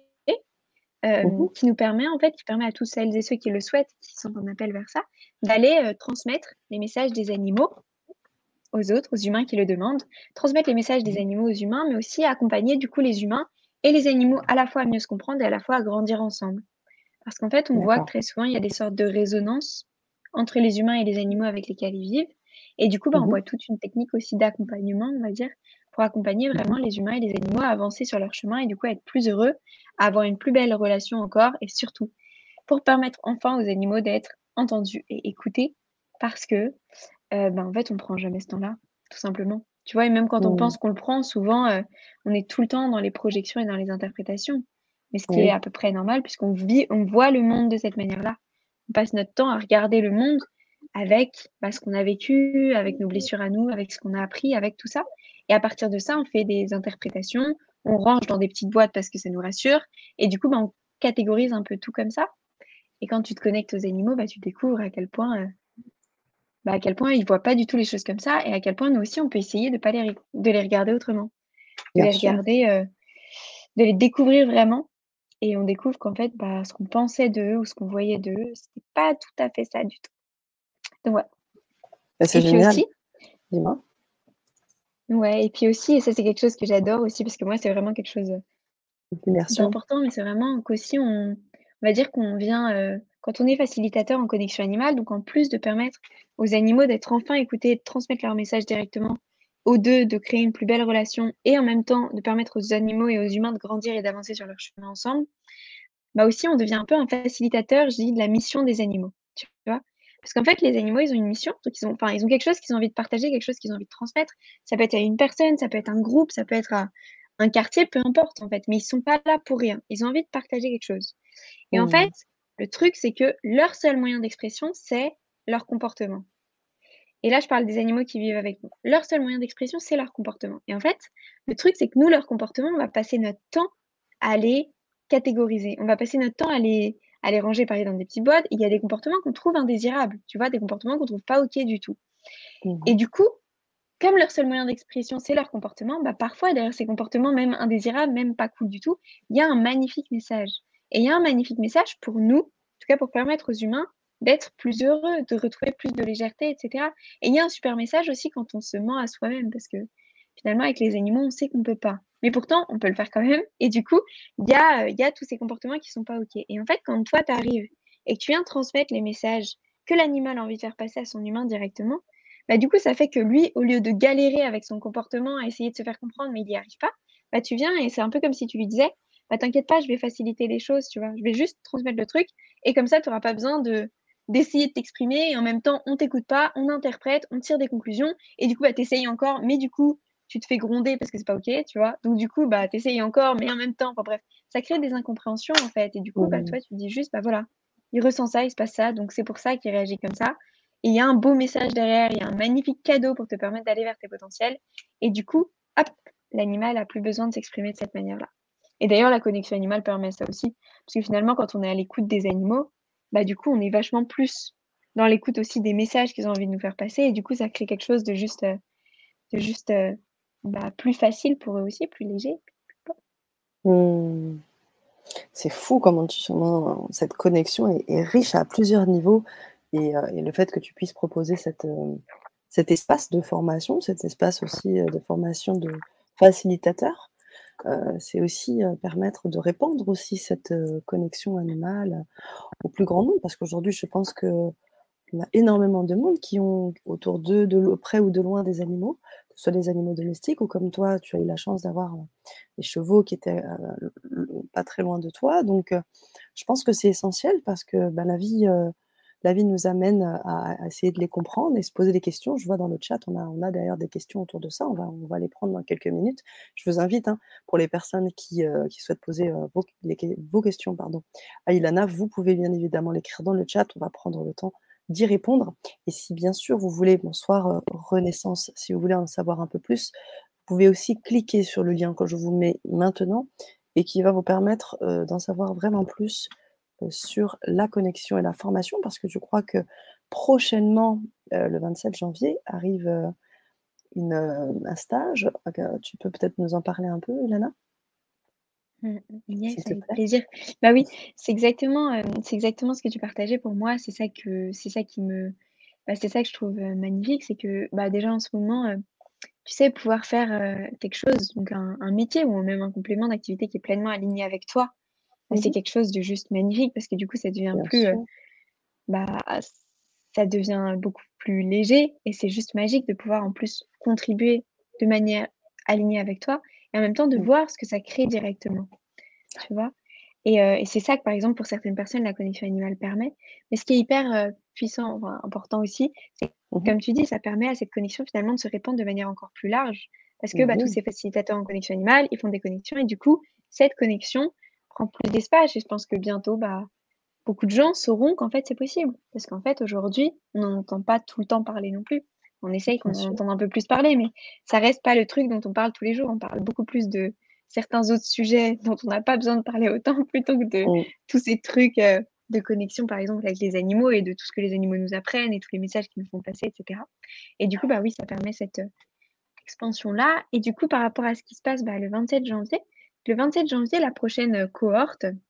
Mmh hem, mh. qui nous permet en fait, qui permet à tous celles et ceux qui le souhaitent, qui sont en appel vers ça, d'aller, heu, transmettre les messages des animaux aux autres, aux humains qui le demandent. Transmettre les messages des Mmh. animaux aux humains, mais aussi accompagner du coup les humains et les animaux à la fois à mieux se comprendre et à la fois à grandir ensemble. Parce qu'en fait, on voit que D'accord. très souvent, il y a des sortes de résonances entre les humains et les animaux avec lesquels ils vivent. Et du coup, bah, on Mmh mh. voit toute une technique aussi d'accompagnement, on va dire, pour accompagner vraiment les humains et les animaux à avancer sur leur chemin et du coup à être plus heureux, à avoir une plus belle relation encore et surtout pour permettre enfin aux animaux d'être entendus et écoutés parce que, heu, ben, en fait, on prend jamais ce temps-là, tout simplement. Tu vois? Et même quand on Mmh. pense qu'on le prend, souvent, heu, on est tout le temps dans les projections et dans les interprétations. Mais ce qui est Oui. à peu près normal puisqu'on vit on voit le monde de cette manière-là. On passe notre temps à regarder le monde avec, bah, ce qu'on a vécu, avec nos blessures à nous, avec ce qu'on a appris, avec tout ça et à partir de ça, on fait des interprétations, on range dans des petites boîtes parce que ça nous rassure et du coup, bah, on catégorise un peu tout comme ça et quand tu te connectes aux animaux, bah, tu découvres à quel point, heu, bah, à quel point ils voient pas du tout les choses comme ça et à quel point nous aussi on peut essayer de pas les reg de les regarder autrement. De Bien les sûr. regarder, heu, de les découvrir vraiment et on découvre qu'en fait, bah, ce qu'on pensait d'eux ou ce qu'on voyait d'eux, c'était pas tout à fait ça du tout. Donc ouais. Bah, c'est Et puis génial. aussi Dis-moi? ouais et puis aussi et ça, c'est quelque chose que j'adore aussi parce que moi, c'est vraiment quelque chose, heu, L'immersion. d'important, mais c'est vraiment qu'aussi on on va dire qu'on vient, heu, quand on est facilitateur en connexion animale, donc en plus de permettre aux animaux d'être enfin écoutés et de transmettre leur message directement, aux deux de créer une plus belle relation et en même temps de permettre aux animaux et aux humains de grandir et d'avancer sur leur chemin ensemble, bah, aussi on devient un peu un facilitateur, je dis, de la mission des animaux, tu vois? Parce qu'en fait, les animaux, ils ont une mission, donc ils ont enfin, ils ont quelque chose qu'ils ont envie de partager, quelque chose qu'ils ont envie de transmettre. Ça peut être à une personne, ça peut être un groupe, ça peut être à un quartier, peu importe en fait, mais ils sont pas là pour rien. Ils ont envie de partager quelque chose et en fait, Mmh. le truc, c'est que leur seul moyen d'expression, c'est leur comportement et là, je parle des animaux qui vivent avec nous. Leur seul moyen d'expression, c'est leur comportement et en fait, le truc, c'est que nous, leur comportement, on va passer notre temps à les catégoriser. On va passer notre temps à les à les ranger, pareil, dans des petites boîtes. Il y a des comportements qu'on trouve indésirables, tu vois? Des comportements qu'on trouve pas OK du tout Mmh et mh. du coup, comme leur seul moyen d'expression, c'est leur comportement, bah, parfois derrière ces comportements, même indésirables, même pas cool du tout, il y a un magnifique message et il y a un magnifique message pour nous, en tout cas pour permettre aux humains d'être plus heureux, de retrouver plus de légèreté et cetera et il y a un super message aussi quand on se ment à soi-même parce que finalement avec les animaux, on sait qu'on peut pas, mais pourtant on peut le faire quand même et du coup, il y a, heu, il y a tous ces comportements qui sont pas OK et en fait, quand toi tu arrives et que tu viens transmettre les messages que l'animal a envie de faire passer à son humain directement, bah, du coup, ça fait que lui, au lieu de galérer avec son comportement, à essayer de se faire comprendre, mais il y arrive pas, bah, tu viens et c'est un peu comme si tu lui disais: «Bah, t'inquiète pas, je vais faciliter les choses», tu vois? «Je vais juste transmettre le truc et comme ça, tu auras pas besoin de d'essayer de t'exprimer et en même temps, on t'écoute pas, on interprète, on tire des conclusions et du coup, bah, tu essayes encore, mais du coup, tu te fais gronder parce que c'est pas OK», tu vois? Donc du coup, bah, tu essayes encore, mais en même temps enfin bref, ça crée des incompréhensions, en fait et du coup, bah, Mmh. toi, tu dis juste: «Bah, voilà, il ressent ça, il se passe ça, donc c'est pour ça qu'il réagit comme ça» et il y a un beau message derrière, il y a un magnifique cadeau pour te permettre d'aller vers tes potentiels et du coup, hop, l'animal a plus besoin de s'exprimer de cette manière-là et d'ailleurs la connexion animale permet ça aussi. Parce que finalement quand on est à l'écoute des animaux, bah, du coup, on est vachement plus dans l'écoute aussi des messages qu'ils ont envie de nous faire passer et du coup, ça crée quelque chose de juste, heu, de juste, heu, bah, plus facile pour eux aussi, plus léger. Mmh. C'est fou comment tu comment cette connexion est est riche à plusieurs niveaux et heu et le fait que tu puisses proposer cette, heu, cet espace de formation, cet espace aussi, heu, de formation de facilitateur, heu, c'est aussi, heu, permettre de répandre aussi cette, heu, connexion animale au plus grand nombre. Parce qu'aujourd'hui, je pense qu'on a énormément de monde qui ont autour d'eux, de lo près ou de loin des animaux, que ce soit des animaux domestiques ou comme toi, tu as eu la chance d'avoir, heu, des chevaux qui étaient, heu, l l pas très loin de toi. Donc heu, je pense que c'est essentiel parce que, bah, la vie, heu, la vie nous amène à à essayer de les comprendre et se poser des questions. Je vois dans le chat, on a on a d'ailleurs des questions autour de ça, on va on va les prendre dans quelques minutes. Je vous invite, hein, pour les personnes qui, heu, qui souhaitent poser, heu, vos les ques vos questions, pardon, à Ilana, vous pouvez bien évidemment l'écrire dans le chat, on va prendre le temps d'y répondre et si bien sûr vous voulez bonsoir, heu, Renaissance, si vous voulez en savoir un peu plus, vous pouvez aussi cliquer sur le lien que je vous mets maintenant et qui va vous permettre, heu, d'en savoir vraiment plus, heu, sur la connexion et la formation. Parce que je crois que prochainement, heu, le vingt-sept janvier arrive, heu, une, heu, un stage, heu, tu peux peut-être nous en parler un peu, Ilana? Mmh mh. S'il Yes, te avec plaît. plaisir. Bah, oui, c'est exactement, hem, c'est exactement ce que tu partageais pour moi. C'est ça que c'est ça qui me bah, c'est ça que je trouve, heu, magnifique. C'est que, bah, déjà en ce moment, heu, tu sais, pouvoir faire, heu, quelque chose, donc un un métier ou même un complément d'activité qui est pleinement aligné avec toi, bah, Mmh c'est mh. quelque chose de juste magnifique parce que du coup, ça devient Bien plus, heu, sûr. bah, ç ça devient beaucoup plus léger et c'est juste magique de pouvoir en plus contribuer de manière alignée avec toi et en même temps de Mmh. voir ce que ça crée directement, tu vois? Et heu et c'est ça que, par exemple, pour certaines personnes, la connexion animale permet. Mais ce qui est hyper, heu, puissant, enfin important aussi, c'est Mmh mh. comme tu dis, ça permet à cette connexion finalement de se répandre de manière encore plus large. Parce que, Bah, bah, tous oui. ces facilitateurs en connexion animale, ils font des connexions et du coup, cette connexion prend plus d'espace et je pense que bientôt, bah, beaucoup de gens sauront qu'en fait c'est possible. Parce qu'en fait aujourd'hui, on n'en entend pas tout le temps parler non plus. On essaye Bien qu'on en sûr. entende un peu plus parler, mais ça reste pas le truc dont on parle tous les jours. On parle beaucoup plus de certains autres sujets dont on n'a pas besoin de parler autant plutôt que de Mmh. tous ces trucs, heu, de connexion par exemple avec les animaux et de tout ce que les animaux nous apprennent et tous les messages qu'ils nous font passer et cetera. Et du coup, bah, oui, ça permet cette, heu, expansion-là et du coup par rapport à ce qui se passe, bah, le vingt-sept janvier le vingt-sept janvier, la prochaine, heu, cohorte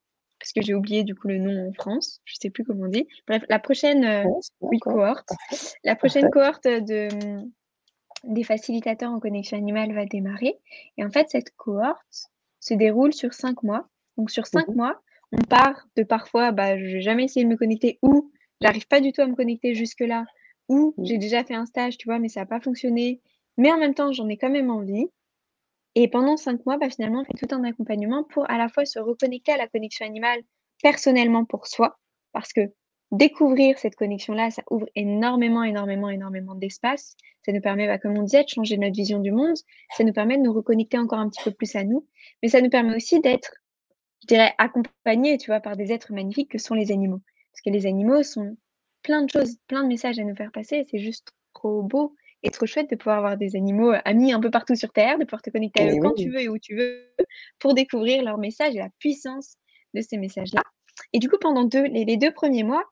parce que j'ai oublié du coup le nom en France, je sais plus comment on dit. Bref, la prochaine, heu Ouais, c'est bien oui, quoi. cohorte. Parfait, La prochaine parfait. cohorte de, mmh, des facilitateurs en connexion animale va démarrer et en fait, cette cohorte se déroule sur cinq mois. Donc sur Mmh cinq mh. mois, on part de parfois, bah, j'ai jamais essayé de me connecter ou j'arrive pas du tout à me connecter jusque-là ou Mmh. j'ai déjà fait un stage, tu vois, mais ça a pas fonctionné. Mais en même temps, j'en ai quand même envie et pendant cinq mois, bah, finalement, on fait tout un accompagnement pour à la fois se reconnecter à la connexion animale personnellement pour soi, parce que découvrir cette connexion-là, ça ouvre énormément, énormément, énormément d'espace. Ça nous permet, bah, comme on disait, de changer notre vision du monde. Ça nous permet de nous reconnecter encore un petit peu plus à nous, mais ça nous permet aussi d'être, je dirais, accompagnés, tu vois, par des êtres magnifiques que sont les animaux. Parce que les animaux sont plein de choses, plein de messages à nous faire passer et c'est juste trop beau et trop chouette de pouvoir avoir des animaux, heu, amis un peu partout sur terre, de pouvoir te connecter à eux Mais quand tu oui. veux et où tu veux pour découvrir leurs messages et la puissance de ces messages-là. Et du coup, pendant deux les les deux premiers mois,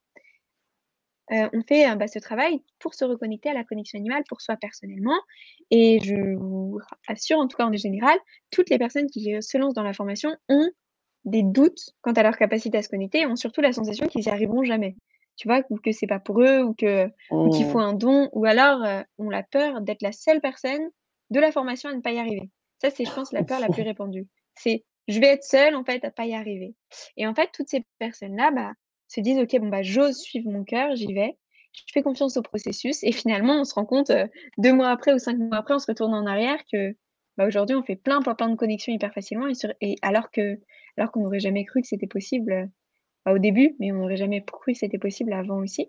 heu, on fait, heu, bah, ce travail pour se reconnecter à la connexion animale pour soi personnellement et je vous rassure, en tout cas en général, toutes les personnes qui, heu, se lancent dans la formation ont des doutes quant à leur capacité à se connecter et ont surtout la sensation qu'ils y arriveront jamais. Tu vois? Ou que c'est pas pour eux ou que ou qu'il faut Mmh. un don ou alors, heu, ont la peur d'être la seule personne de la formation à ne pas y arriver. Ça, c'est je pense la peur la plus répandue. C'est: «Je vais être seule en fait à pas y arriver» et en fait, toutes ces personnes-là, bah, se disent: «OK, bon, bah, j'ose suivre mon cœur, j'y vais, je fais confiance au processus» et finalement, on se rend compte, heu, deux mois après ou cinq mois après, on se retourne en arrière que, bah, aujourd'hui, on fait plein, plein, plein de connexions hyper facilement et sur et alors que alors qu'on n'aurait jamais cru que c'était possible, heu, bah, au début, mais on n'aurait jamais cru que c'était possible avant aussi.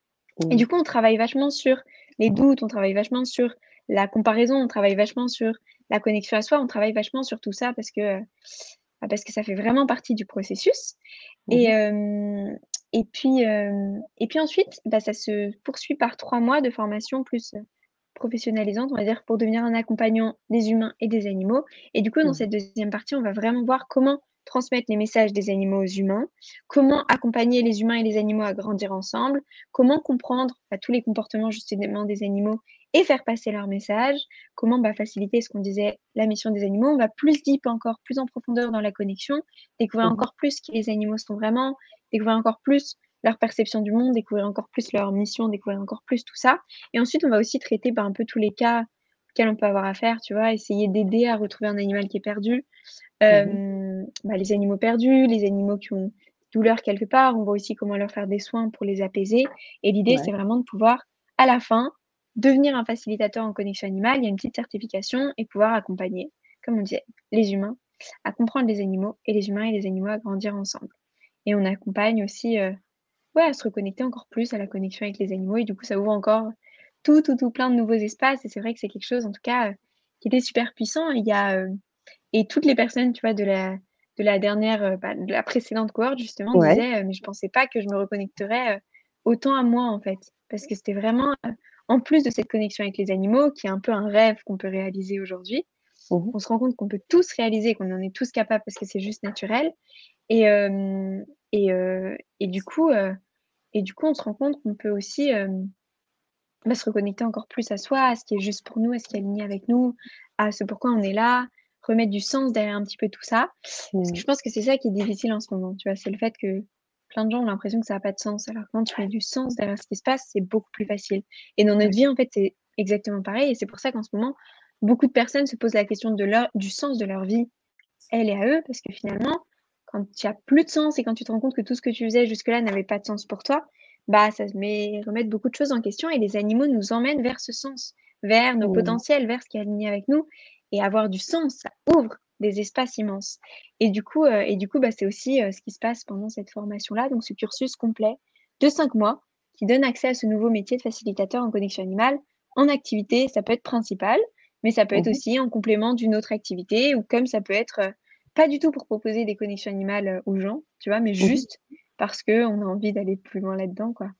Et Mmh. du coup, on travaille vachement sur les doutes, on travaille vachement sur la comparaison, on travaille vachement sur la connexion à soi, on travaille vachement sur tout ça parce que, heu, bah, parce que ça fait vraiment partie du processus Mmh et mh. hem et puis, hem et puis ensuite, bah, ça se poursuit par trois mois de formation plus, heu, professionnalisante, on va dire, pour devenir un accompagnant des humains et des animaux et du coup, dans Mmh. cette deuxième partie, on va vraiment voir comment transmettre les messages des animaux aux humains, comment accompagner les humains et les animaux à grandir ensemble, comment comprendre, bah, tous les comportements justement des animaux et faire passer leurs messages, comment, bah, faciliter ce qu'on disait, la mission des animaux. On va plus deep encore, plus en profondeur dans la connexion, découvrir Mmh mh. encore plus qui les animaux sont vraiment, découvrir encore plus leur perception du monde, découvrir encore plus leur mission, découvrir encore plus tout ça et ensuite on va aussi traiter, bah, un peu tous les cas auxquels on peut avoir affaire, tu vois? Essayer d'aider à retrouver un animal qui est perdu, Mmh mh. hem, bah, les animaux perdus, les animaux qui ont douleur quelque part, on voit aussi comment leur faire des soins pour les apaiser et l'idée, Ouais. c'est vraiment de pouvoir, à la fin, devenir un facilitateur en connexion animale. Il y a une petite certification et pouvoir accompagner, comme on disait, les humains à comprendre les animaux et les humains et les animaux à grandir ensemble et on accompagne aussi, heu, ouais, à se reconnecter encore plus à la connexion avec les animaux et du coup, ça ouvre encore tout, tout, tout plein de nouveaux espaces et c'est vrai que c'est quelque chose, en tout cas, heu, qui était super puissant. Il y a, heu et toutes les personnes, tu vois, de la de la dernière, heu, bah, de la précédente cohorte justement Ouais. disaient, heu: «Mais je pensais pas que je me reconnecterais, heu, autant à moi, en fait». Parce que c'était vraiment, heu, en plus de cette connexion avec les animaux qui est un peu un rêve qu'on peut réaliser aujourd'hui, Mmh mh. on se rend compte qu'on peut tous réaliser, qu'on en est tous capables parce que c'est juste naturel et hem et heu et du coup, heu et du coup, on se rend compte qu'on peut aussi, hem, bah, se reconnecter encore plus à soi, à ce qui est juste pour nous, à ce qui est aligné avec nous, à ce pourquoi on est là, remettre du sens derrière un petit peu tout ça. Parce que Mmh. je pense que c'est ça qui est difficile en ce moment, tu vois? C'est le fait que plein de gens ont l'impression que ça a pas de sens, alors que quand tu mets du sens derrière ce qui se passe, c'est beaucoup plus facile et dans notre Ouais. vie, en fait, c'est exactement pareil et c'est pour ça qu'en ce moment, beaucoup de personnes se posent la question de leur du sens de leur vie, elles et à eux, parce que finalement, quand il y a plus de sens et quand tu te rends compte que tout ce que tu faisais jusque-là n'avait pas de sens pour toi, bah, ça se met remettre beaucoup de choses en question et les animaux nous emmènent vers ce sens, vers nos Mmh. potentiels, vers ce qui est aligné avec nous et avoir du sens, ça ouvre des espaces immenses et du coup, heu et du coup, bah, c'est aussi, heu, ce qui se passe pendant cette formation-là, donc ce cursus complet de cinq mois qui donne accès à ce nouveau métier de facilitateur en connexion animale en activité. Ça peut être principal, mais ça peut Mmh être mh. aussi en complément d'une autre activité ou comme ça peut être, heu, pas du tout pour proposer des connexions animales, heu, aux gens, tu vois? Mais Mmh mh. juste parce qu'on a envie d'aller plus loin là-dedans, quoi.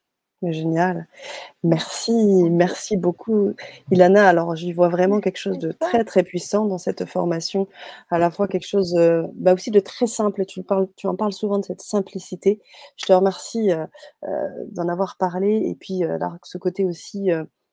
Génial. Mmh. Merci, merci beaucoup Ilana. Alors j'y vois vraiment quelque chose C'est de toi. très, très puissant dans cette formation. À la fois quelque chose, heu, bah, aussi de très simple et tu parles tu en parles souvent de cette simplicité. Je te remercie, heu heu, d'en avoir parlé et puis, heu, d'avoir ce côté aussi, heu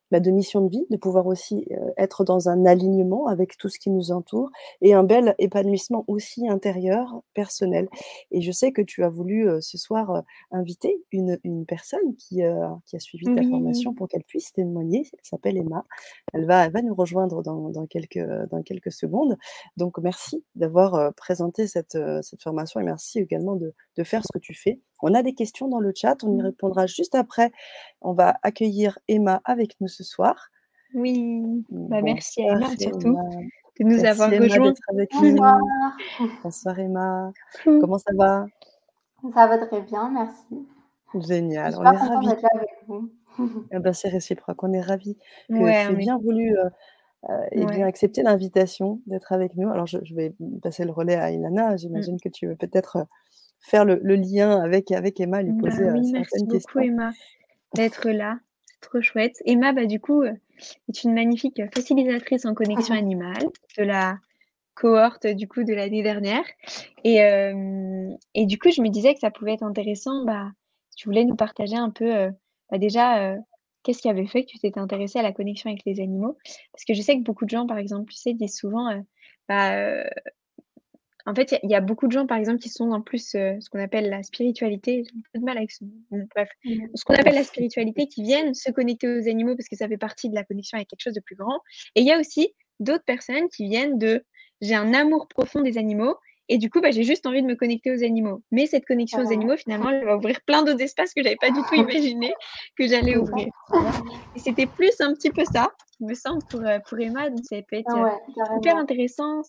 bah, de mission de vie, de pouvoir aussi, heu, être dans un alignement avec tout ce qui nous entoure et un bel épanouissement aussi intérieur, personnel. Et je sais que tu as voulu, heu, ce soir, heu, inviter une une personne qui, heu, qui a suivi ta Oui. formation pour qu'elle puisse témoigner. Elle s'appelle Emma. Elle va elle va nous rejoindre dans dans quelques, dans quelques secondes. Donc merci d'avoir, heu, présenté cette, heu, cette formation et merci également de de faire ce que tu fais. On a des questions dans le chat, on y Mmh. répondra juste après. On va accueillir Emma avec nous ce soir. Oui, bah, merci à Bonsoir Emma surtout Emma. de nous Merci avoir Emma rejoints. d'être avec Bonsoir. nous. Bonsoir Emma. Coucou. Comment ça va? Ça va très bien, merci. Je Génial, suis on super est contente ravis. d'être là avec vous. Eh bah, c'est réciproque. On est ravis que Ouais, tu aies on est bien voulu, heu heu et bien ouais. accepté l'invitation d'être avec nous. Alors je je vais passer le relais à Ilana. Mmh. J'imagine que tu veux peut-être, heu, faire le le lien avec avec Emma, lui Bah, poser, heu, oui, merci certaines beaucoup questions. Emma d'être là, c'est trop chouette. Emma, bah, du coup, heu, est une magnifique, heu, facilitatrice en connexion animale de la cohorte, du coup, de l'année dernière et hem et du coup, je me disais que ça pouvait être intéressant, bah, si tu voulais nous partager un peu, heu, bah, déjà, heu, qu'est-ce qui avait fait que tu t'étais intéressée à la connexion avec les animaux? Parce que je sais que beaucoup de gens, par exemple, tu sais, disent souvent, heu, bah, heu, en fait, il y a il y a beaucoup de gens, par exemple, qui sont en plus, heu, ce qu'on appelle la spiritualité, j'ai un peu de mal avec ce mot, bon bref, Mmh. ce qu'on appelle la spiritualité, qui viennent se connecter aux animaux parce que ça fait partie de la connexion avec quelque chose de plus grand et il y a aussi d'autres personnes qui viennent de: «J'ai un amour profond des animaux et du coup, bah, j'ai juste envie de me connecter aux animaux». Mais cette connexion aux Carrément. animaux, finalement, elle va ouvrir plein d'autres espaces que j'avais pas du tout imaginé que j'allais ouvrir, tu vois? Et c'était plus un petit peu ça, il me semble, pour, heu, pour Emma, donc ça peut être, heu, Ouais, hyper carrément. intéressant.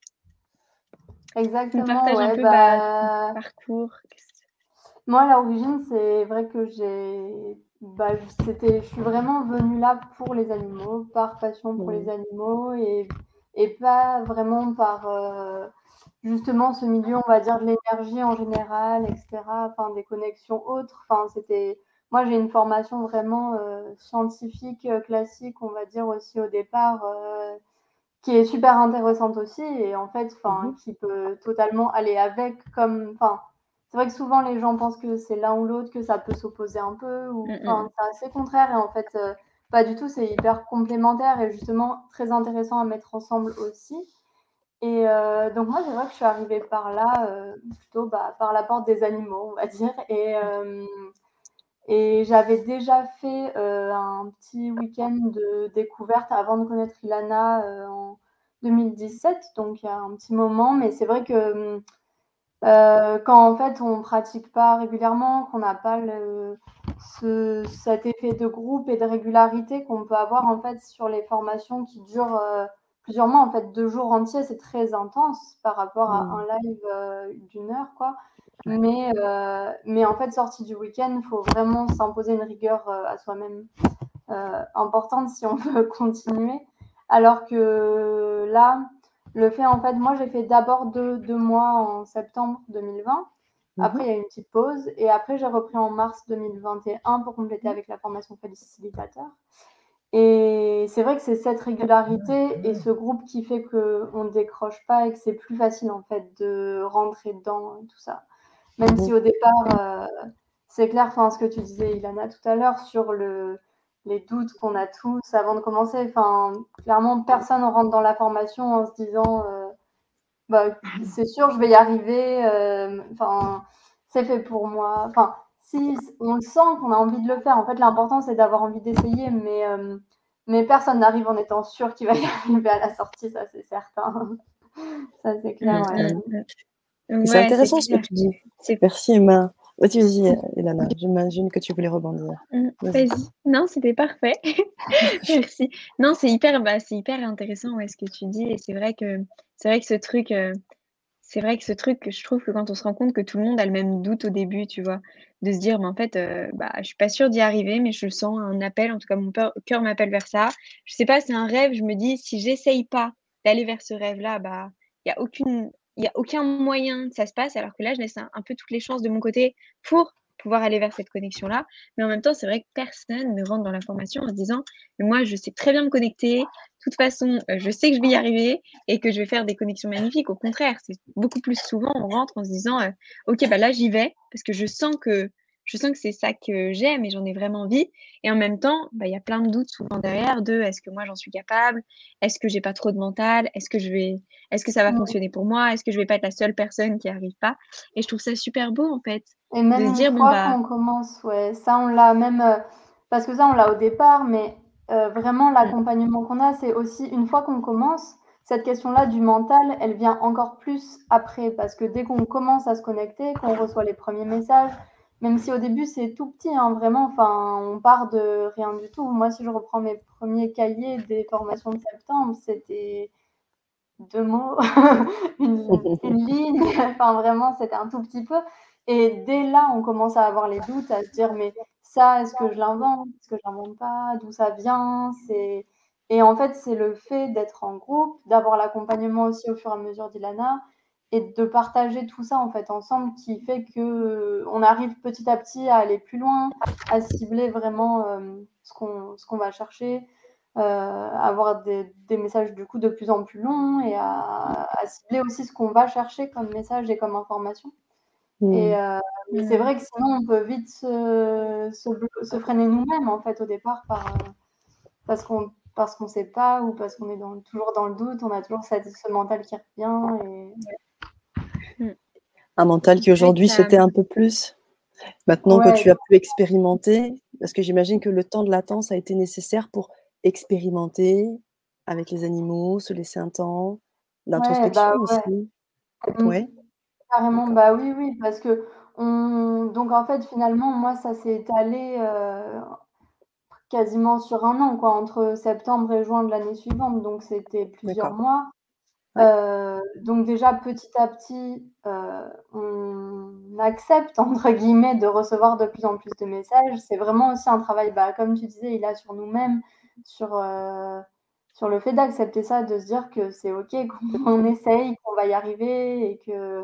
Tu me Exactement, partages un ouais, peu, bah, ton bah, parcours. Qu'est-ce moi, à l'origine, c'est vrai que j'ai bah, j c'était je suis vraiment venue là pour les animaux, par passion pour les Mmh. animaux et et pas vraiment par, heu, justement ce milieu, on va dire, de l'énergie en général et cetera, enfin des connexions autres. Enfin, c'était moi, j'ai une formation vraiment, heu, scientifique, heu, classique, on va dire aussi au départ, heu, qui est super intéressante aussi et en fait, Mmh enfin, mh. qui peut totalement aller avec comme enfin, c'est vrai que souvent les gens pensent que c'est l'un ou l'autre, que ça peut s'opposer un peu ou mmh enfin, mh. c'est assez contraire et en fait, heu, pas du tout, c'est hyper complémentaire et justement très intéressant à mettre ensemble aussi et heu, donc moi, c'est vrai que je suis arrivée par là, heu, plutôt, bah, par la porte des animaux, on va dire et hem et j'avais déjà fait, heu, un petit week-end de découverte avant de connaître Ilana, heu, en deux mille dix-sept, donc il y a un petit moment, mais c'est vrai que, mmh, heu, quand en fait on pratique pas régulièrement, qu'on n'a pas le ce cet effet de groupe et de régularité qu'on peut avoir en fait sur les formations qui durent, heu, plusieurs mois, en fait deux jours entiers, c'est très intense par rapport à Mmh. un live, heu, d'une heure quoi. Ouais. Mais heu, mais en fait sorti du week-end, faut vraiment s'imposer une rigueur, heu, à soi-même, heu, importante si on veut continuer. Alors que là, le fait en fait moi j'ai fait d'abord deux deux mois en septembre deux mille vingt. Mmh Après mh. il y a eu une petite pause et après j'ai repris en mars deux mille vingt et un pour compléter Mmh. avec la formation facilitateur et c'est vrai que c'est cette régularité et ce groupe qui fait qu'on ne décroche pas et que c'est plus facile en fait de rentrer dedans et tout ça. Même Mmh si mh. au départ, heu, c'est clair, enfin ce que tu disais Ilana tout à l'heure sur le les doutes qu'on a tous avant de commencer, enfin clairement personne rentre dans la formation en se disant, heu: «Bah, c'est sûr je vais y arriver, hem, enfin c'est fait pour moi». Enfin si, on le sent qu'on a envie de le faire. En fait, l'important c'est d'avoir envie d'essayer, mais hem, mais personne n'arrive en étant sûr qu'il va y arriver à la sortie, ça c'est certain. Ça c'est clair, Mmh, ouais. mmh, mmh. C'est Ouais, c'est intéressant ce que clair. tu dis. C'est Merci Emma. Vas-y, vas-y, heu, Ilana, j'imagine que tu voulais rebondir. mmh, Vas-y. vas-y. Non, c'était parfait. Merci. Non, c'est hyper, bah, c'est hyper intéressant, ouais, ce que tu dis et c'est vrai que c'est vrai que ce truc, heu, c'est vrai que ce truc, je trouve que quand on se rend compte que tout le monde a le même doute au début, tu vois? De se dire: «Mais en fait, heu, bah, je suis pas sûre d'y arriver, mais je sens un appel, en tout cas mon peur cœur m'appelle vers ça». Je sais pas, c'est un rêve, je me dis: «Si j'essaye pas d'aller vers ce rêve-là, bah, il y a aucune il y a aucun moyen que ça se passe». Alors que là, je laisse un un peu toutes les chances de mon côté pour pouvoir aller vers cette connexion-là. Mais en même temps, c'est vrai que personne ne rentre dans la formation en se disant: «Mais moi, je sais très bien me connecter. De toute façon, heu, je sais que je vais y arriver et que je vais faire des connexions magnifiques». Au contraire, c'est beaucoup plus souvent, on rentre en se disant, heu: «OK, bah, là, j'y vais parce que je sens que je sens que c'est ça que j'aime et j'en ai vraiment envie. Et en même temps, bah, il y a plein de doutes souvent derrière de: «Est-ce que moi j'en suis capable? Est-ce que j'ai pas trop de mental? Est-ce que je vais est-ce que ça va Mmh. fonctionner pour moi? Est-ce que je vais pas être la seule personne qui arrive pas?» Et je trouve ça super beau en fait, Et de même se une dire: «Bon fois bah». qu'on commence, ouais, ça on l'a même, heu, parce que ça on l'a au départ, mais heu, vraiment Mmh. l'accompagnement qu'on a, c'est aussi une fois qu'on commence, cette question-là du mental, elle vient encore plus après. Parce que dès qu'on commence à se connecter, qu'on reçoit les premiers messages, même si au début c'est tout petit, hein, vraiment, enfin, on part de rien du tout. Moi, si je reprends mes premiers cahiers des formations de septembre, c'était deux mots, une une ligne, enfin vraiment, c'était un tout petit peu. Et dès là, on commence à avoir les doutes, à se dire: «Mais ça, est-ce que je l'invente? Est-ce que je l'invente pas? D'où ça vient?» C'est et en fait, c'est le fait d'être en groupe, d'avoir l'accompagnement aussi au fur et à mesure d'Ilana et de partager tout ça, en fait, ensemble qui fait qu'on arrive petit à petit à aller plus loin, à cibler vraiment, hem, ce qu'on ce qu'on va chercher, heu, avoir des des messages du coup de plus en plus longs et à à cibler aussi ce qu'on va chercher comme message et comme information. Et Mmh. heu, mais c'est Mmh. vrai que sinon on peut vite se se blo se freiner nous-mêmes en fait au départ par, heu, parce qu'on parce qu'on sait pas ou parce qu'on est dans toujours dans le doute, on a toujours cette ce mental qui revient et Mmh. Un mental qui C'est vrai que aujourd'hui se ça tait un peu plus? Maintenant que ouais, tu as pu expérimenter, parce que j'imagine que le temps de latence a été nécessaire pour expérimenter avec les animaux, se laisser un temps ouais, d'introspection bah, ouais. aussi? Mmh. Ouais, Carrément, d'accord. bah, oui, oui, parce qu'on donc en fait, finalement, moi, ça s'est étalé, heu, quasiment sur un an, quoi, entre septembre et juin de l'année suivante, donc c'était plusieurs D'accord. mois. Ouais. Heu, donc déjà, petit à petit, heu, on «accepte» entre guillemets de recevoir de plus en plus de messages. C'est vraiment aussi un travail, bah, comme tu disais, il a sur nous-mêmes, sur, heu, sur le fait d'accepter ça, de se dire que c'est OK, qu'on essaye, qu'on va y arriver et que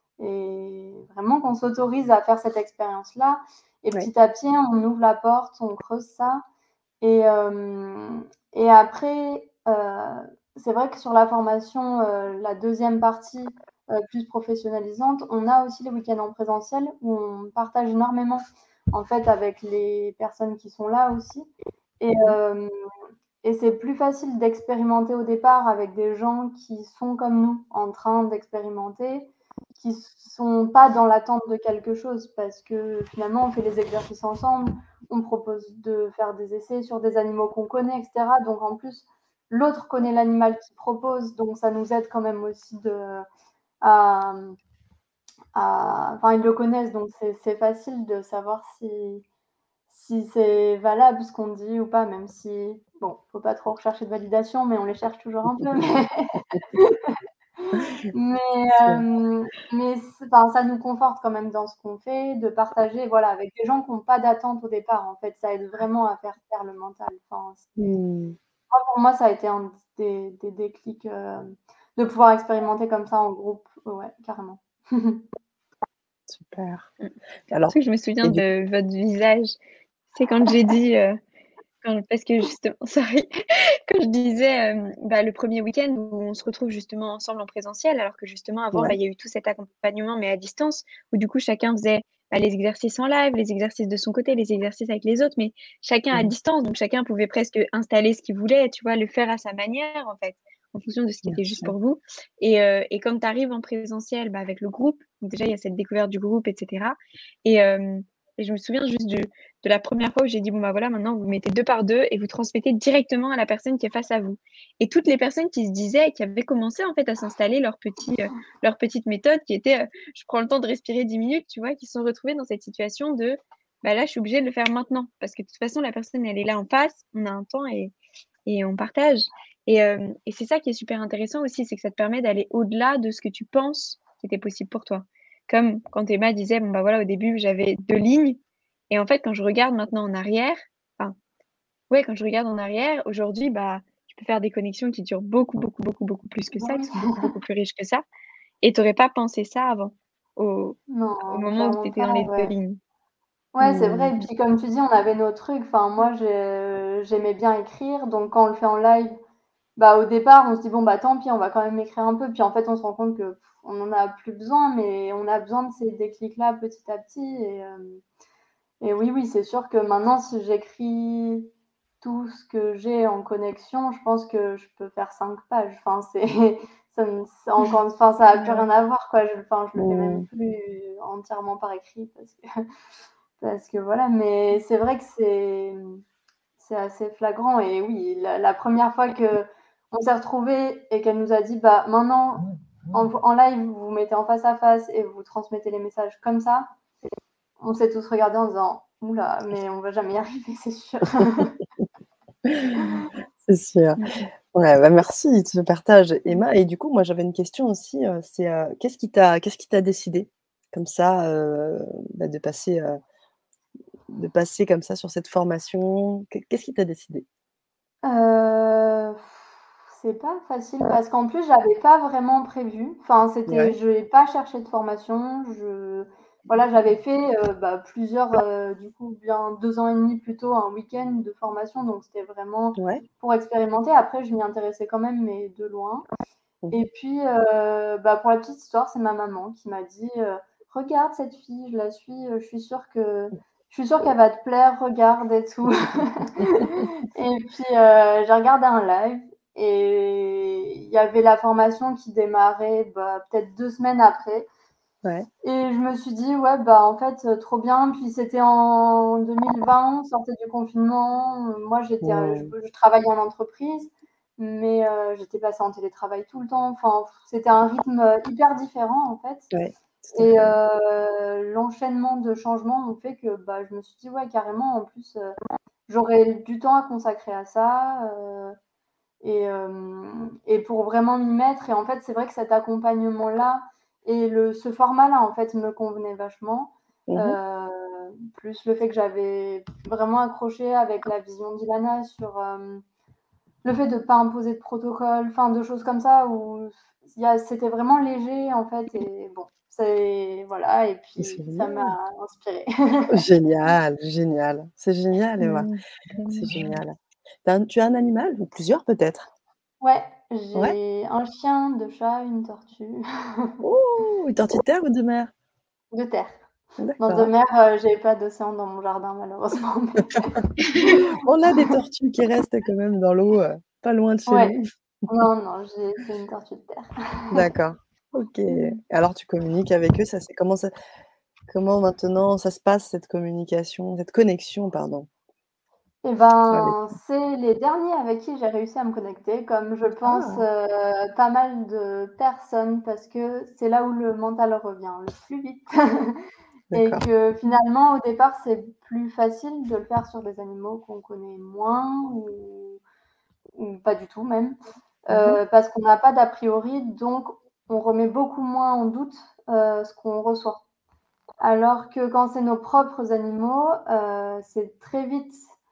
et vraiment qu'on s'autorise à faire cette expérience-là et Ouais. petit à petit, on ouvre la porte, on creuse ça et hem et après, heu, c'est vrai que sur la formation, heu, la deuxième partie, heu, plus professionnalisante, on a aussi les week-ends en présentiel où on partage énormément, en fait, avec les personnes qui sont là aussi et Mmh. hem et c'est plus facile d'expérimenter au départ avec des gens qui sont comme nous, en train d'expérimenter, qui sont pas dans l'attente de quelque chose parce que finalement on fait les exercices ensemble, on propose de faire des essais sur des animaux qu'on connaît et cetera. Donc en plus, l'autre connaît l'animal qu'il propose, donc ça nous aide quand même aussi de à, mmh, à enfin ils le connaissent donc c'est c'est facile de savoir si si c'est valable ce qu'on dit ou pas, même si, bon, faut pas trop rechercher de validation, mais on les cherche toujours un peu. Mais, mais, Sûr. hem, mais c enfin, ça nous conforte quand même dans ce qu'on fait, de partager, voilà, avec des gens qui ont pas d'attente au départ, en fait. Ça aide vraiment à faire taire le mental. Enfin, c'est Mmh. moi, pour moi, ça a été un des des déclics, heu, de pouvoir expérimenter comme ça en groupe. Ouais, carrément. Super. Mmh. Alors Surtout que je me souviens et du de votre visage, c'est quand j'ai dit, heu, quand parce que justement sorry, quand je disais, hem, bah, le premier week-end où on se retrouve justement ensemble en présentiel, alors que justement avant, bah, ouais. il y a eu tout cet accompagnement, mais à distance, où du coup chacun faisait, bah, les exercices en live, les exercices de son côté, les exercices avec les autres, mais chacun à Mmh. distance, donc chacun pouvait presque installer ce qu'il voulait, tu vois? Le faire à sa manière en fait, en fonction de ce qui Bien était juste sûr. pour vous et heu et quand tu arrives en présentiel, bah, avec le groupe, donc déjà il y a cette découverte du groupe et cetera et hem et je me souviens juste du de la première fois où j'ai dit: «Bon, bah, voilà, maintenant vous mettez deux par deux et vous transmettez directement à la personne qui est face à vous» et toutes les personnes qui se disaient qui avaient commencé, en fait, à s'installer leur petit, heu, leur petite méthode qui était, heu: «Je prends le temps de respirer dix minutes», tu vois? Qui se sont retrouvées dans cette situation de: «Bah, là, je suis obligée de le faire maintenant» parce que de toute façon, la personne, elle est là en face, on a un temps et et on partage et hem et c'est ça qui est super intéressant aussi, c'est que ça te permet d'aller au-delà de ce que tu penses qui était possible pour toi. Comme quand Emma disait: «Bon, bah, voilà, au début, j'avais deux lignes» et en fait, quand je regarde maintenant en arrière, enfin, ouais, quand je regarde en arrière, aujourd'hui, bah, je peux faire des connexions qui durent beaucoup, beaucoup, beaucoup, beaucoup plus que ça, qui Oui. sont beaucoup, beaucoup plus riches que ça et tu aurais pas pensé ça avant, au au Non, moment où tu clairement étais dans pas, les deux ouais. lignes. Ouais, c'est Mmh. vrai et puis comme tu dis, on avait nos trucs. Enfin, moi, j'ai j'aimais bien écrire, donc quand on le fait en live, bah, au départ, on se dit: «Bon, bah, tant pis, on va quand même écrire un peu». Puis en fait, on se rend compte que, pff, on en a plus besoin, mais on a besoin de ces déclics-là petit à petit et hem et oui, oui, c'est sûr que maintenant, si j'écris tout ce que j'ai en connexion, je pense que je peux faire cinq pages. Enfin, c'est ça me c'est encore enfin, ça a plus Ouais. rien à voir, quoi. Je enfin, je le fais même Mmh. plus entièrement par écrit parce que parce que voilà, mais c'est vrai que c'est, mmh, c'est assez flagrant et oui, la la première fois qu'on s'est retrouvés et qu'elle nous a dit: «Bah, maintenant, en v en live, vous vous mettez en face à face et vous transmettez les messages comme ça», on s'est tous regardés en disant: «Ouh là, mais on va jamais y arriver, c'est sûr». C'est sûr. Mmh. Ouais, bah, merci de ce partage, Emma. Et du coup, moi, j'avais une question aussi, heu, c'est, heu, qu'est-ce qui t'a qu'est-ce qui t'a décidé comme ça, heu, bah, de passer, heu, de passer comme ça sur cette formation? Qu'est qu'est-ce qui t'a décidé? Heu, c'est pas facile parce qu'en plus j'avais pas vraiment prévu. Enfin, c'était Ouais, je n'ai pas cherché de formation. Je voilà, j'avais fait, heu, bah, plusieurs, heu, du coup bien deux ans et demi plutôt un week-end de formation, donc c'était vraiment ouais. pour expérimenter. Après je m'y intéressais quand même, mais de loin. Mmh. Et puis, heu, bah, pour la petite histoire, c'est ma maman qui m'a dit, heu: «Regarde cette fille, je la suis, heu, je suis sûre que je suis sûre qu'elle va te plaire, regarde et tout». Et puis, heu, j'ai regardé un live et il y avait la formation qui démarrait, bah, peut-être deux semaines après Ouais. et je me suis dit: «Ouais, bah, en fait, heu, trop bien». Puis c'était en deux mille vingt, on sortait du confinement, heu, moi j'étais, heu, je Mmh. je travaillais en entreprise, mais heu, j'étais passée en télétravail tout le temps. Enfin, c'était un rythme, heu, hyper différent, en fait Ouais, tout à et fait. heu, l'enchaînement de changements ont fait que, bah, je me suis dit: «Ouais, carrément, en plus, heu, j'aurai du temps à consacrer à ça», heu et hem et pour vraiment m'y mettre et en fait, c'est vrai que cet accompagnement-là et le ce format-là, en fait, me convenait vachement, Mmh mh. heu, plus le fait que j'avais vraiment accroché avec la vision d'Ilana sur, hem, le fait de pas imposer de protocole, enfin, de choses comme ça où il y a c'était vraiment léger, en fait et bon, c'est voilà et puis C'est ça m'a génial. inspirée. Génial, génial. C'est génial, Emma, Mmh. c'est Carrément. génial. Tu as un tu as un animal ou plusieurs peut-être? Ouais, Ouais? j'ai un chien, deux chats, une tortue. Oh! Une tortue de terre ou de mer? De terre. Non, de D'accord. mer, heu, j'ai pas d'océan dans mon jardin malheureusement, mais On a des tortues qui restent quand même dans l'eau, heu, pas loin de chez ouais. nous. Non, non, j'ai c'est une tortue de terre. D'accord, OK. Mmh. Alors tu communiques avec eux, ça c'est comment ça comment maintenant ça se passe cette communication, cette connexion pardon, Et avec ben, c'est les derniers avec qui j'ai réussi à me connecter, comme je pense, ah! heu, pas mal de personnes parce que c'est là où le mental revient le plus vite et D'accord. que finalement, au départ, c'est plus facile de le faire sur des animaux qu'on connaît moins ou ou pas du tout même. Mmh mh. Heu, parce qu'on n'a pas d'a priori, donc on remet beaucoup moins en doute, heu, ce qu'on reçoit. Alors que quand c'est nos propres animaux, heu, c'est très vite,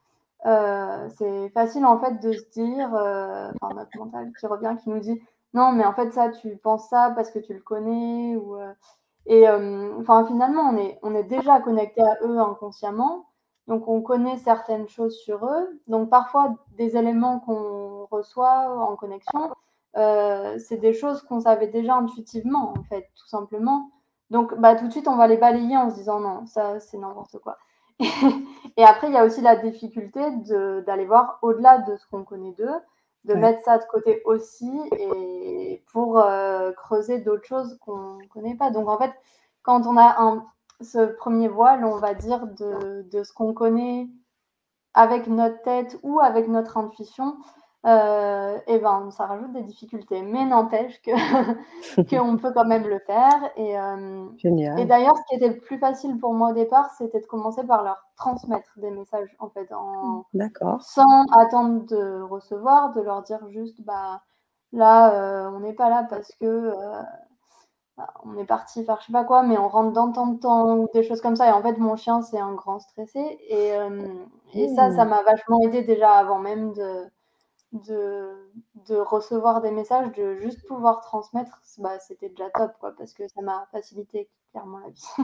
heu, c'est facile en fait de se dire, heu, enfin notre mental qui revient, qui nous dit: «Non mais en fait ça tu penses ça parce que tu le connais» ou heu et hem, enfin finalement on est on est déjà connecté à eux inconsciemment, donc on connaît certaines choses sur eux. Donc parfois des éléments qu'on reçoit en connexion, heu, c'est des choses qu'on savait déjà intuitivement en fait, tout simplement. Donc bah, tout de suite on va les balayer en se disant: «Non, ça c'est n'importe quoi». Et après il y a aussi la difficulté de d'aller voir au-delà de ce qu'on connaît d'eux, de Ouais. mettre ça de côté aussi et pour, heu, creuser d'autres choses qu'on connaît pas. Donc en fait, quand on a un ce premier voile, on va dire, de de ce qu'on connaît avec notre tête ou avec notre intuition, heu et ben, ça rajoute des difficultés. Mais n'empêche que qu'on peut quand même le faire et hem et Génial. d'ailleurs, ce qui était le plus facile pour moi au départ, c'était de commencer par leur transmettre des messages, en fait, Mmh. en D'accord. sans attendre de recevoir, de leur dire juste: «Bah, là, heu, on n'est pas là parce que, heu, bah, on est parti faire je sais pas quoi, mais on rentre dans tant de temps» ou des choses comme ça et en fait, mon chien, c'est un grand stressé et hem et ça, ça Mmh. m'a vachement aidée déjà avant même de de de recevoir des messages, de juste pouvoir transmettre, c bah, c'était déjà top, quoi, parce que ça m'a facilité clairement la vie.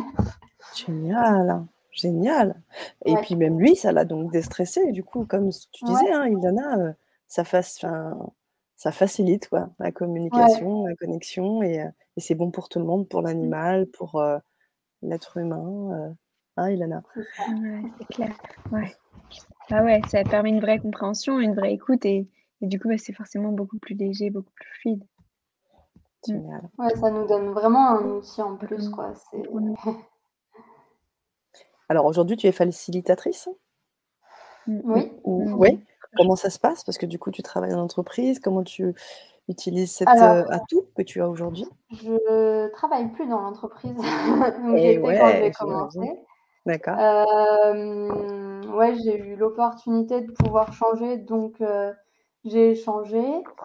Génial, génial et Ouais, puis même lui, ça l'a donc déstressé du coup, comme ce que tu ouais, disais, hein, Ilana, heu, ça fac enfin, ça facilite quoi, la ouais, communication, la connexion et heu et c'est bon pour tout le monde, pour Mmh. l'animal, pour, heu, l'être humain, heu, Hein, Ilana? C'est ça. Ouais, c'est clair. Ouais. Ah ouais, ça permet une vraie compréhension, une vraie écoute et et du coup, bah, c'est forcément beaucoup plus léger, beaucoup plus fluide. Mmh. Génial. Ouais, ça nous donne vraiment un outil en Pas plus, comme quoi. C'est pour nous. Alors aujourd'hui, tu es facilitatrice? Mmh. Oui. Ou Mmh. oui? Comment ça se passe? Parce que du coup, tu travailles en entreprise. Comment tu utilises cet, Alors heu, atout que tu as aujourd'hui? je travaille plus dans l'entreprise où Et j'étais quand ouais, j'ai j'imagine. commencé. D'accord. Hem, ouais, j'ai eu l'opportunité de pouvoir changer, donc heu, j'ai changé.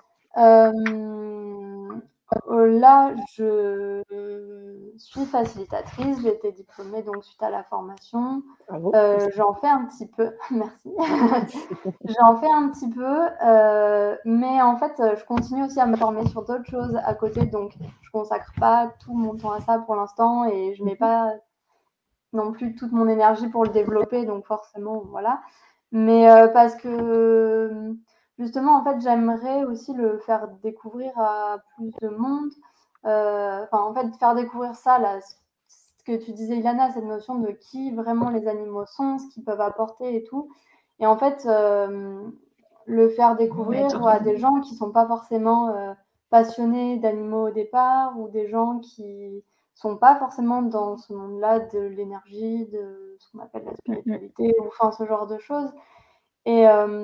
Hem, heu, là, je suis facilitatrice. J'ai été diplômée donc suite à la formation. Bravo, Heu, félicitations. j'en fais un petit peu merci. J'en fais un petit peu, heu, mais en fait, heu, je continue aussi à me former sur d'autres choses à côté, donc je consacre pas tout mon temps à ça pour l'instant et je Mmh mets mh. pas non plus toute mon énergie pour le développer, donc forcément, voilà. Mais heu, parce que, mmh, justement, en fait, j'aimerais aussi le faire découvrir à plus de monde. Heu, enfin, en fait, faire découvrir ça, là, ce ce que tu disais, Ilana, cette notion de qui vraiment les animaux sont, ce qu'ils peuvent apporter et tout. Et en fait, hem, le faire Ouais, découvrir tout à des gens qui sont pas forcément, heu, passionnés d'animaux au départ ou des gens qui sont pas forcément dans ce monde-là de l'énergie, de ce qu'on appelle la Mmh mh. spiritualité ou enfin ce genre de choses. Et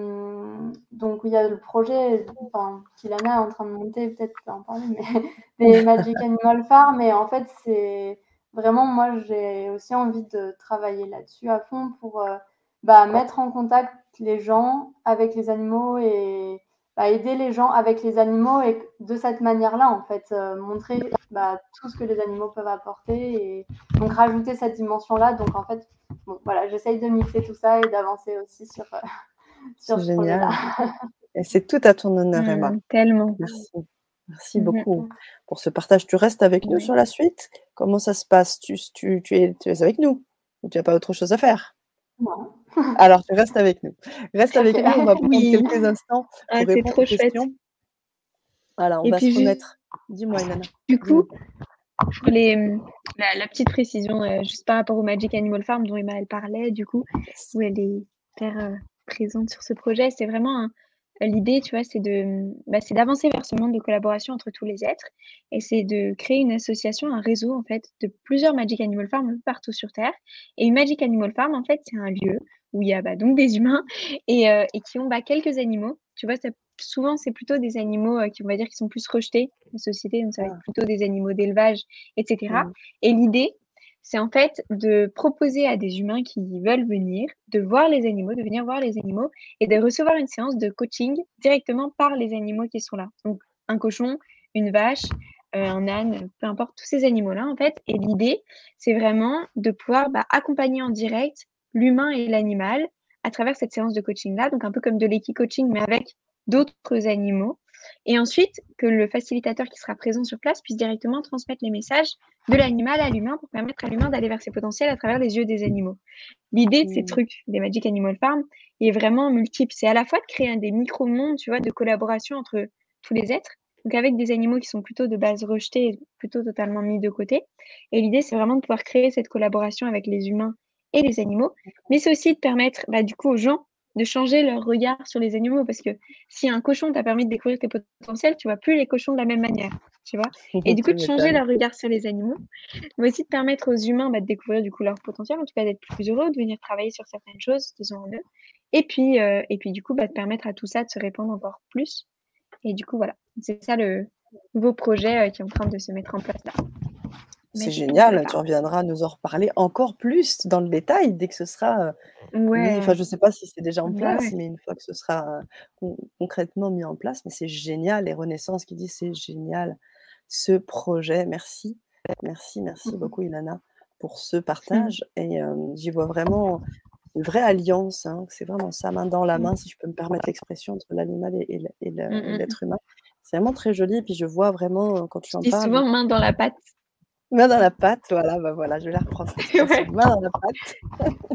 hem, donc il y a le projet, enfin, qu'Ilana est en train de monter, peut-être tu peux en parler, mais des Magic Animal Farm et en fait, c'est vraiment moi, j'ai aussi envie de travailler là-dessus à fond pour, heu, bah, mettre en contact les gens avec les animaux et bah, aider les gens avec les animaux et de cette manière-là, en fait, heu, montrer, bah, tout ce que les animaux peuvent apporter et donc rajouter cette dimension-là. Donc en fait, bon, voilà, j'essaye de mixer tout ça et d'avancer aussi sur, heu, sur C'est ce projet-là. génial et c'est tout à ton honneur, Emma. Mmh, tellement. Merci. Merci Mmh mh. beaucoup pour ce partage. Tu restes avec nous Ouais. sur la suite? Comment ça se passe? Tu s tu tu es tu es avec nous? Ou tu as pas autre chose à faire? Non. Alors tu restes avec nous. Reste OK. avec nous, on va prendre Oui. quelques instants Ah, pour c'est répondre trop aux chouette. questions. Voilà, on Et va se puis juste remettre dis-moi, Ilana, du dis-moi. coup, pour les, mmh, la la petite précision, heu, juste par rapport au Magic Animal Farm dont Emma, elle parlait du coup, Yes. où elle est hyper, heu, présente sur ce projet. C'est vraiment un l'idée, tu vois, c'est de, mmh, bah, c'est d'avancer vers ce monde de collaboration entre tous les êtres et c'est de créer une association, un réseau, en fait, de plusieurs Magic Animal Farm un peu partout sur terre et une Magic Animal Farm, en fait, c'est un lieu où il y a, bah, donc des humains et heu et qui ont, bah, quelques animaux. Tu vois, ça souvent, c'est plutôt des animaux, heu, qui on va dire, qui sont plus rejetés en société, donc ça va être Ah. plutôt des animaux d'élevage et cetera Mmh. et l'idée, c'est en fait de proposer à des humains qui veulent venir, de voir les animaux, de venir voir les animaux et de recevoir une séance de coaching directement par les animaux qui sont là. Donc un cochon, une vache, heu, un âne, peu importe, tous ces animaux-là, en fait et l'idée, c'est vraiment de pouvoir, bah, accompagner en direct l'humain et l'animal à travers cette séance de coaching-là, donc un peu comme de l'équi-coaching mais avec d'autres animaux et ensuite que le facilitateur qui sera présent sur place puisse directement transmettre les messages de l'animal à l'humain pour permettre à l'humain d'aller vers ses potentiels à travers les yeux des animaux. L'idée de ces Mmh. trucs, des Magic Animal Farm, est vraiment multiple. C'est à la fois de créer un des micro-mondes, tu vois, de collaboration entre tous les êtres, donc avec des animaux qui sont plutôt de base rejetés et plutôt totalement mis de côté et l'idée, c'est vraiment de pouvoir créer cette collaboration avec les humains et les animaux, mais c'est aussi de permettre, bah, du coup, aux gens de changer leur regard sur les animaux parce que si un cochon t'a permis de découvrir tes potentiels, tu vois plus les cochons de la même manière, tu vois? Et du coup, Tu de changer m'étonnes. leur regard sur les animaux, mais aussi de permettre aux humains, bah, de découvrir du coup leur potentiel, en tout cas d'être plus heureux, de venir travailler sur certaines choses qu'ils ont en eux et puis, heu et puis du coup, bah, de permettre à tout ça de se répandre encore plus et du coup, voilà, c'est ça le nouveau projet, heu, qui est en train de se mettre en place là. C'est Magic Animal génial, tu Farm. reviendras nous en reparler encore plus dans le détail dès que ce sera, heu, mis Ouais. enfin, je sais pas si c'est déjà en Bah, place, ouais. mais une fois que ce sera, heu, con concrètement mis en place, mais c'est génial et Renaissance qui dit: «C'est génial ce projet». Merci, merci, merci beaucoup Ilana pour ce Mmh. partage et hem, j'y vois vraiment une vraie alliance, hein, c'est vraiment ça, main dans la Mmh. main, si je peux me permettre l'expression, entre l'animal et et le et le Mmh, et mmh mh. l'être humain. C'est vraiment très joli et puis je vois vraiment, heu, quand tu Je en dis parles, je souvent main dans la pâte. main dans la pâte, voilà, bah, voilà, je la reprends cette expression, Ouais. main dans la pâte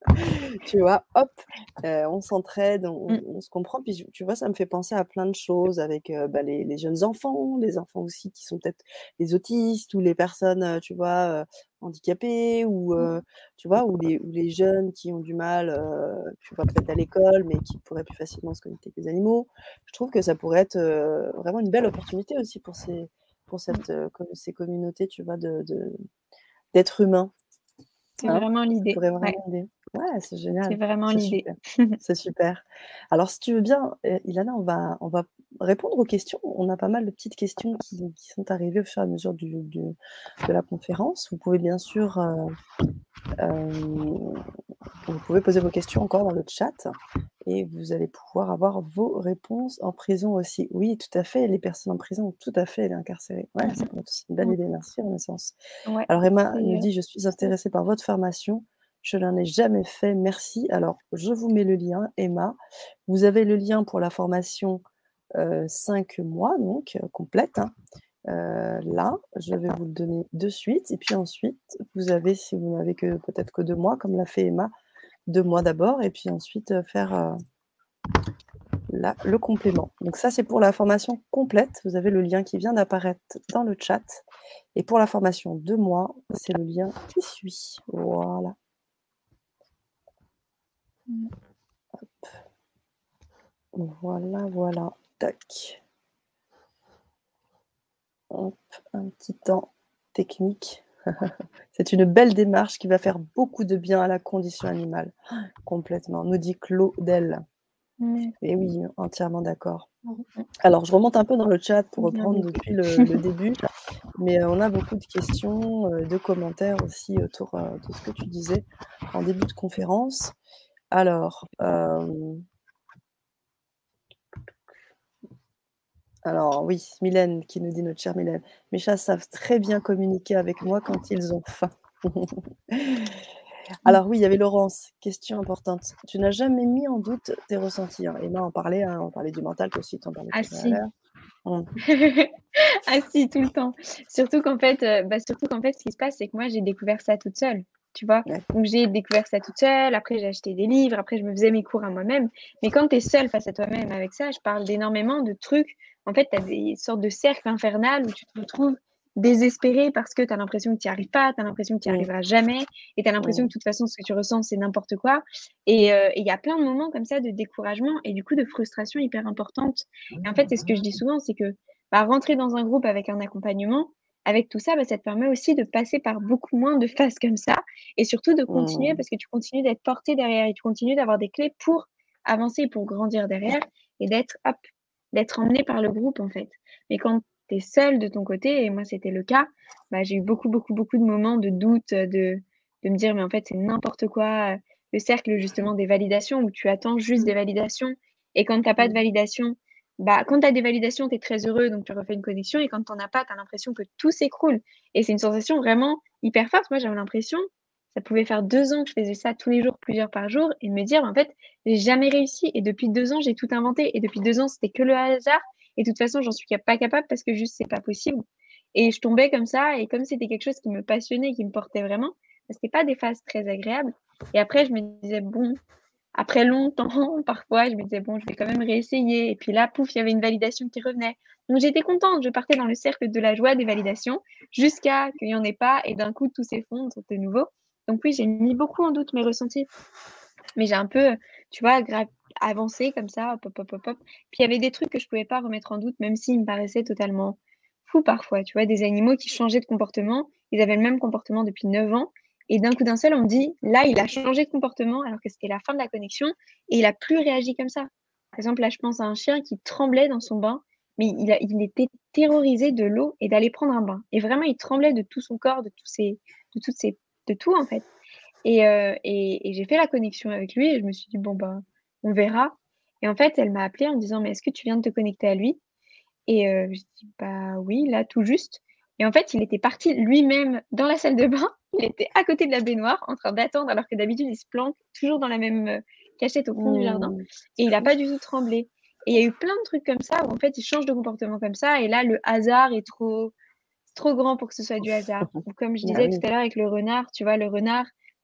Tu vois? Hop, heu, on s'entraide, on Mmh. on se comprend. Puis, tu vois, ça me fait penser à plein de choses avec, heu, bah, les les jeunes enfants, les enfants aussi qui sont peut-être les autistes ou les personnes, heu, tu vois, heu, handicapées ou, heu, tu vois, ou les ou les jeunes qui ont du mal, heu, tu vois, peut-être à l'école, mais qui pourraient plus facilement se connecter avec les animaux. Je trouve que ça pourrait être, heu, vraiment une belle opportunité aussi pour ces pour Mmh. cette, heu, com ces communautés, tu vois, de de d'êtres humains, C'est hein? vraiment Ça l'idée. pourrait Ouais, vraiment aider. Ouais, c'est c'est génial, vraiment c'est l'idée. super, c'est super. Alors si tu veux bien, heu, Ilana, on va on va répondre aux questions. On a pas mal de petites questions qui qui sont arrivées au fur et à mesure du du de la conférence. Vous pouvez bien sûr, heu, hem, vous pouvez poser vos questions encore dans le chat et vous allez pouvoir avoir vos réponses en prison aussi. Oui, tout à fait, les personnes en prison ont tout à fait été incarcérées. Ouais, Mmh ça mh. pourrait être aussi une bonne Mmh. idée. Merci Renaissance. Ouais, Alors Emma c'est, nous heu, dit: «Je suis c'est intéressée par votre formation, je n'en ai jamais fait, merci». Alors je vous mets le lien, Emma. Vous avez le lien pour la formation, heu, cinq mois donc, heu, complète, hein. Heu, là, je vais vous le donner de suite et puis ensuite, vous avez, si vous n'avez que peut-être que deux mois comme l'a fait Emma, deux mois d'abord et puis ensuite, heu, faire, heu, la le complément. Donc ça, c'est pour la formation complète. Vous avez le lien qui vient d'apparaître dans le chat et pour la formation deux mois, c'est le lien qui suit. Voilà. Mmh. Hop. Voilà, voilà. Tac. Hop, un petit temps technique. C'est une belle démarche qui va faire beaucoup de bien à la condition animale. Complètement, nous dit Claudel. Mmh. Et oui, entièrement d'accord. Mmh mh. Alors je remonte un peu dans le chat pour Bien reprendre vécu. depuis le le début, mais, heu, on a beaucoup de questions, heu, de commentaires aussi autour, heu, de ce que tu disais en début de conférence. Alors, hem alors oui, Mylène qui nous dit, notre chère Mylène: «Mes chats savent très bien communiquer avec moi quand ils ont faim». Mmh. Alors oui, il y avait Laurence, question importante. Tu n'as jamais mis en doute tes ressentis, hein? Emma en parlait, hein, on parlait du mental, toi aussi tu en parlais Ah tout à si. l'heure. Mmh. Ah si, tout le temps. Surtout qu'en fait, heu, bah, surtout qu'en fait, ce qui se passe, c'est que moi, j'ai découvert ça toute seule, tu vois? Ouais. Donc j'ai découvert ça toute seule, après j'ai acheté des livres, après je me faisais mes cours à moi-même. Mais quand tu es seule face à toi-même avec ça, je parle d'énormément de trucs. En fait, tu as des sortes de cercles infernal où tu te retrouves désespérée parce que tu as l'impression que tu y arrives pas, tu as l'impression que tu y Mmh. arriveras jamais et tu as l'impression que Mmh. de toute façon, ce que tu ressens, c'est n'importe quoi et heu, et il y a plein de moments comme ça de découragement et du coup de frustration hyper importante. Et en fait, c'est ce que je dis souvent, c'est que, bah, rentrer dans un groupe avec un accompagnement, avec tout ça, bah, ça te permet aussi de passer par beaucoup moins de phases comme ça et surtout de continuer Mmh. parce que tu continues d'être portée derrière et tu continues d'avoir des clés pour avancer, pour grandir derrière et d'être hop, d'être emmenée par le groupe, en fait. Mais quand tu es seule de ton côté et moi c'était le cas, bah, j'ai eu beaucoup, beaucoup, beaucoup de moments de doute, heu, de de me dire: «Mais en fait, c'est n'importe quoi», heu, le cercle justement des validations où tu attends juste des validations et quand tu as pas de Mmh. validation, bah, quand tu as des validations, tu es très heureux, donc tu refais une connexion et quand tu en as pas, tu as l'impression que tout s'écroule et c'est une sensation vraiment hyper forte. Moi, j'avais l'impression, ça pouvait faire deux ans que je faisais ça tous les jours, plusieurs par jour et me dire: «En fait, j'ai jamais réussi et depuis deux ans, j'ai tout inventé et depuis deux ans, c'était que le hasard et de toute façon, j'en suis ca pas capable parce que juste c'est pas possible» et je tombais comme ça et comme c'était quelque chose qui me passionnait, qui me portait vraiment, bah, c'était pas des phases très agréables et après je me disais: «Bon», après longtemps, parfois, je me disais: «Bon, je vais quand même réessayer» et puis là, pouf, il y avait une validation qui revenait. Donc j'étais contente, je partais dans le cercle de la joie des validations jusqu'à qu'il y en ait pas et d'un coup, tout s'effondre de nouveau. Donc oui, j'ai mis beaucoup en doute mes ressentis, mais j'ai un peu, tu vois, gra avancé comme ça, hop, hop, hop, hop, hop. Puis il y avait des trucs que je pouvais pas remettre en doute, même s'ils me paraissaient totalement fous parfois, tu vois? Des animaux qui changeaient de comportement, ils avaient le même comportement depuis neuf ans et d'un coup d'un seul, on me dit: «Là, il a changé de comportement», alors que c'était la fin de la connexion et il a plus réagi comme ça. Par exemple, là, je pense à un chien qui tremblait dans son bain, mais il a il était terrorisé de l'eau et d'aller prendre un bain et vraiment, il tremblait de tout son corps, de tous ses de toutes ses de tout, en fait et heu et et j'ai fait la connexion avec lui et je me suis dit: «Bon, bah, on verra» et en fait, elle m'a appelée en me disant: «Mais est-ce que tu viens de te connecter à lui?» et heu, j'ai dit: «Bah, oui, là, tout juste» et en fait, il était parti lui-même dans la salle de bain. Il était à côté de la baignoire en train d'attendre alors que d'habitude, il se planque toujours dans la même, heu, cachette au fond du jardin Mmh. et C'est il a fou. pas du tout tremblé et il y a eu plein de trucs comme ça où en fait, il change de comportement comme ça et là, le hasard est trop c'est trop grand pour que ce soit du hasard ou comme je Ah disais tout oui. à l'heure avec le renard, tu vois? Le renard,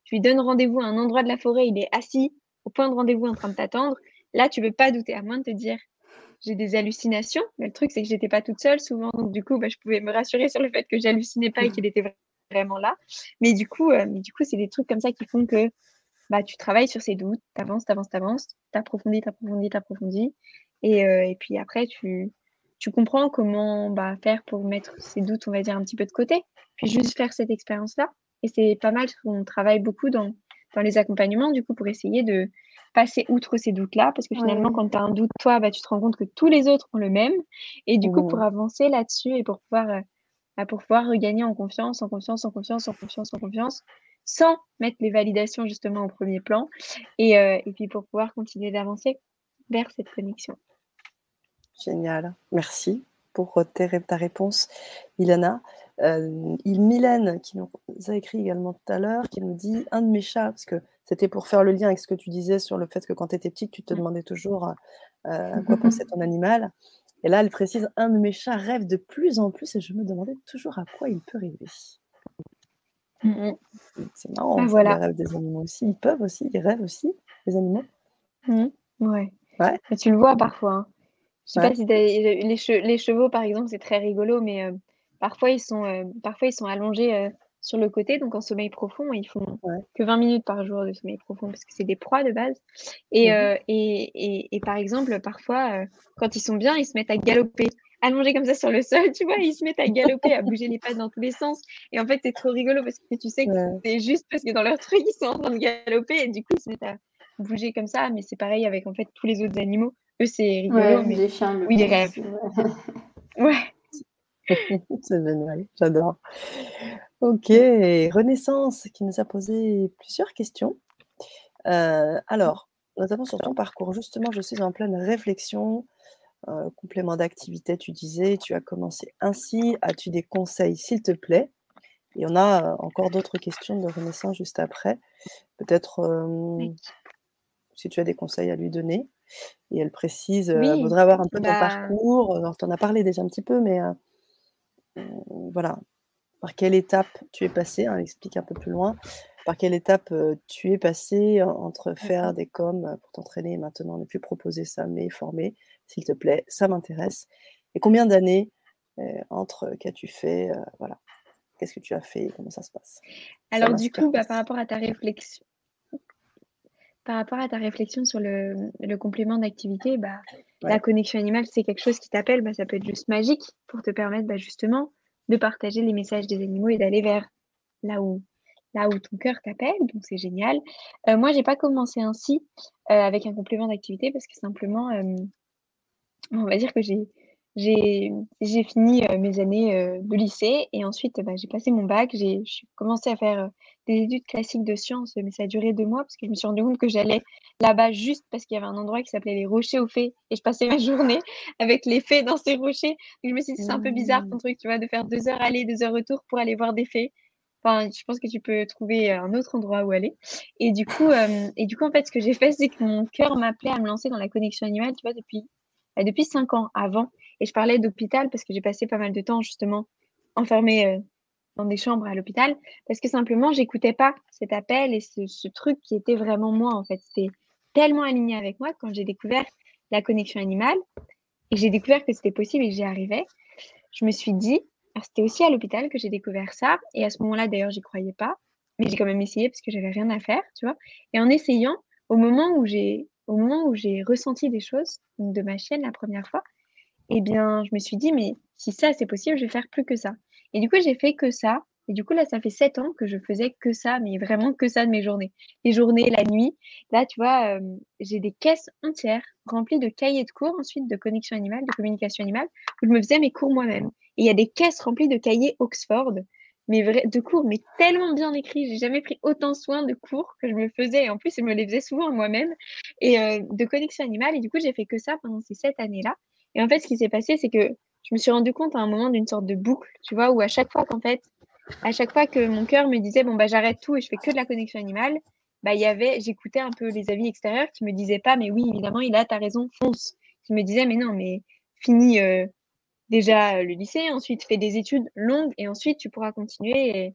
tu lui donnes rendez-vous à un endroit de la forêt, il est assis au point de rendez-vous en train de t'attendre. Là, tu peux pas douter, à moins de te dire, j'ai des hallucinations. Mais le truc, c'est que j'étais pas toute seule souvent. Donc, du coup, bah, je pouvais me rassurer sur le fait que j'hallucinais pas et qu'il était vra- vraiment là. Mais du coup, euh, mais du coup, c'est des trucs comme ça qui font que bah, tu travailles sur ces doutes, t'avances, t'avances, t'avances, t'approfondis, t'approfondis, t'approfondis. Et, euh, et puis après, tu, tu comprends comment bah, faire pour mettre ces doutes, on va dire, un petit peu de côté. Puis juste faire cette expérience-là. Et c'est pas mal, on travaille beaucoup dans, dans les accompagnements, du coup, pour essayer de passer outre ces doutes-là. Parce que finalement, Oui. quand tu as un doute, toi, bah, tu te rends compte que tous les autres ont le même. Et du coup, pour Mhm. avancer là-dessus et pour pouvoir, euh, bah, pour pouvoir regagner en confiance, en confiance, en confiance, en confiance, en confiance, sans mettre les validations justement au premier plan. Et, euh, et puis pour pouvoir continuer d'avancer vers cette connexion. Génial, merci pour euh, tes ré- ta réponse, Ilana. Euh, il Mylène qui nous a écrit également tout à l'heure, qui nous dit un de mes chats, parce que c'était pour faire le lien avec ce que tu disais sur le fait que quand tu étais petite, tu te demandais toujours euh, à quoi pensait ton animal. Et là, elle précise un de mes chats rêve de plus en plus et je me demandais toujours à quoi il peut rêver. Mhm. Donc, c'est marrant, Ah, ça, les voilà. rêves des animaux aussi. Ils peuvent aussi, ils rêvent aussi, les animaux. Mhm. Ouais. Ouais, Mais tu le vois parfois, hein. Je sais ouais. pas si t'as- les, che- les chevaux, par exemple, c'est très rigolo, mais euh, parfois, ils sont, euh, parfois ils sont allongés euh, sur le côté, donc en sommeil profond, et ils font Ouais. que vingt minutes par jour de sommeil profond, parce que c'est des proies de base. Et, Mhm. euh, et, et, et par exemple, parfois, euh, quand ils sont bien, ils se mettent à galoper, allongés comme ça sur le sol, tu vois, ils se mettent à galoper, à bouger les pattes dans tous les sens. Et en fait, c'est trop rigolo, parce que tu sais que Ouais. c'est juste parce que dans leur truc, ils sont en train de galoper, et du coup, ils se mettent à bouger comme ça, mais c'est pareil avec en fait tous les autres animaux. Eux, c'est rigolo, Ouais, mais les chiens le oui, ils font rêvent. aussi. Ouais. Ouais. C'est génial, j'adore. Ok, Renaissance qui nous a posé plusieurs questions. Euh, alors, notamment sur ton parcours, justement, je suis en pleine réflexion. Euh, complément d'activité, tu disais, tu as commencé ainsi. As-tu des conseils, s'il te plaît? Et on a euh, encore d'autres questions de Renaissance juste après. Peut-être euh, si tu as des conseils à lui donner. Et elle précise, euh, Oui, voudrait avoir un peu ton bah, parcours. Alors, tu en as parlé déjà un petit peu, mais euh, voilà, par quelle étape tu es passé, hein, explique un peu plus loin, par quelle étape euh, tu es passé en- entre faire des coms euh, pour t'entraîner et maintenant ne plus proposer ça, mais former, s'il te plaît, ça m'intéresse. Et combien d'années euh, entre euh, qu'as-tu fait, euh, voilà, qu'est-ce que tu as fait, comment ça se passe? Ça alors du m'inspire coup, bah, par aussi. rapport à ta réflexion, par rapport à ta réflexion sur le, le complément d'activité, bah, la Ouais. connexion animale, c'est quelque chose qui t'appelle, bah, ça peut être juste magique pour te permettre bah, justement de partager les messages des animaux et d'aller vers là où, là où ton cœur t'appelle. Donc c'est génial. Euh, moi, j'ai pas commencé ainsi euh, avec un complément d'activité parce que simplement, euh, on va dire que j'ai j'ai j'ai fini euh, mes années euh, de lycée et ensuite bah, j'ai passé mon bac, j'ai j'ai commencé à faire euh, des études classiques de sciences, mais ça a duré deux mois parce que je me suis rendu compte que j'allais là-bas juste parce qu'il y avait un endroit qui s'appelait les Rochers aux Fées et je passais ma journée avec les fées dans ces rochers. Donc je me suis dit c'est un peu bizarre ton Mmh. truc, tu vois, de faire deux heures aller, deux heures retour pour aller voir des fées. Enfin, je pense que tu peux trouver un autre endroit où aller. Et du coup, euh, et du coup, en fait, ce que j'ai fait, c'est que mon cœur m'appelait à me lancer dans la connexion animale, tu vois, depuis euh, depuis cinq ans avant. Et je parlais d'hôpital parce que j'ai passé pas mal de temps justement enfermée euh, dans des chambres à l'hôpital parce que simplement j'écoutais pas cet appel et ce, ce truc qui était vraiment moi en fait. C'était tellement aligné avec moi quand j'ai découvert la connexion animale et j'ai découvert que c'était possible et que j'y arrivais. Je me suis dit, alors c'était aussi à l'hôpital que j'ai découvert ça et à ce moment-là d'ailleurs j'y croyais pas, mais j'ai quand même essayé parce que j'avais rien à faire, tu vois. Et en essayant, au moment où j'ai au moment où j'ai ressenti des choses donc de ma chienne la première fois, eh bien, je me suis dit, mais si ça, c'est possible, je vais faire plus que ça. Et du coup, j'ai fait que ça. Et du coup, là, ça fait sept ans que je faisais que ça, mais vraiment que ça de mes journées. Les journées, la nuit. Là, tu vois, euh, j'ai des caisses entières remplies de cahiers de cours, ensuite de connexion animale, de communication animale, où je me faisais mes cours moi-même. Et il y a des caisses remplies de cahiers Oxford, mais vrais, de cours, mais tellement bien écrits. J'ai jamais pris autant soin de cours que je me faisais. Et en plus, je me les faisais souvent moi-même. Et euh, de connexion animale. Et du coup, j'ai fait que ça pendant ces sept années-là. Et en fait, ce qui s'est passé, c'est que je me suis rendu compte à un moment d'une sorte de boucle, tu vois, où à chaque fois qu'en fait, à chaque fois que mon cœur me disait, bon, bah, j'arrête tout et je fais que de la connexion animale, bah, il y avait, j'écoutais un peu les avis extérieurs qui me disaient pas, mais oui, évidemment, il a, t'as raison, fonce. Qui me disaient, mais non, mais finis euh, déjà le lycée, ensuite fais des études longues et ensuite tu pourras continuer. Et,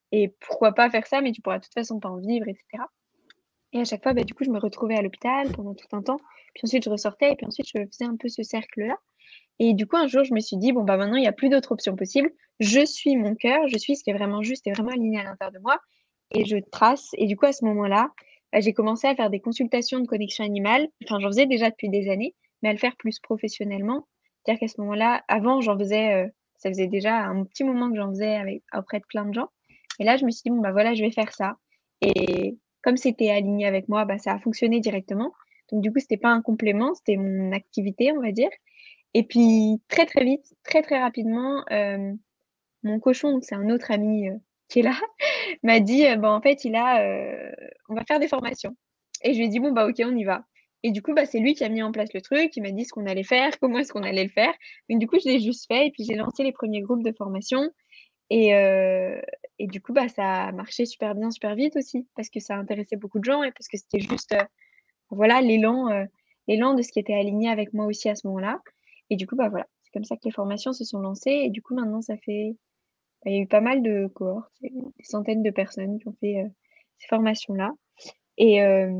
et pourquoi pas faire ça, mais tu pourras de toute façon pas en vivre, et cetera. Et à chaque fois, bah, du coup, je me retrouvais à l'hôpital pendant tout un temps. Puis ensuite, je ressortais et puis ensuite, je faisais un peu ce cercle-là. Et du coup, un jour, je me suis dit, bon, bah maintenant, il n'y a plus d'autres options possibles. Je suis mon cœur, je suis ce qui est vraiment juste et vraiment aligné à l'intérieur de moi. Et je trace. Et du coup, à ce moment-là, bah, j'ai commencé à faire des consultations de connexion animale. Enfin, j'en faisais déjà depuis des années, mais à le faire plus professionnellement. C'est-à-dire qu'à ce moment-là, avant, j'en faisais, euh, ça faisait déjà un petit moment que j'en faisais avec, auprès de plein de gens. Et là, je me suis dit, bon, bah voilà, je vais faire ça. Et comme c'était aligné avec moi, bah, ça a fonctionné directement. Donc, du coup, c'était pas un complément, c'était mon activité, on va dire. Et puis, très, très vite, très, très rapidement, euh, mon cochon, donc c'est un autre ami euh, qui est là, m'a dit, euh, bah, en fait, il a, euh, on va faire des formations. Et je lui ai dit, bon, bah, ok, on y va. Et du coup, bah, c'est lui qui a mis en place le truc, il m'a dit ce qu'on allait faire, comment est-ce qu'on allait le faire. Donc, du coup, je l'ai juste fait et puis j'ai lancé les premiers groupes de formation. Et, euh, et du coup, bah, ça a marché super bien, super vite aussi, parce que ça intéressait beaucoup de gens et parce que c'était juste, euh, voilà, l'élan, euh, l'élan de ce qui était aligné avec moi aussi à ce moment-là. Et du coup, bah voilà, c'est comme ça que les formations se sont lancées. Et du coup, maintenant, ça fait, bah, il y a eu pas mal de cohortes, des centaines de personnes qui ont fait euh, ces formations-là. Et, euh,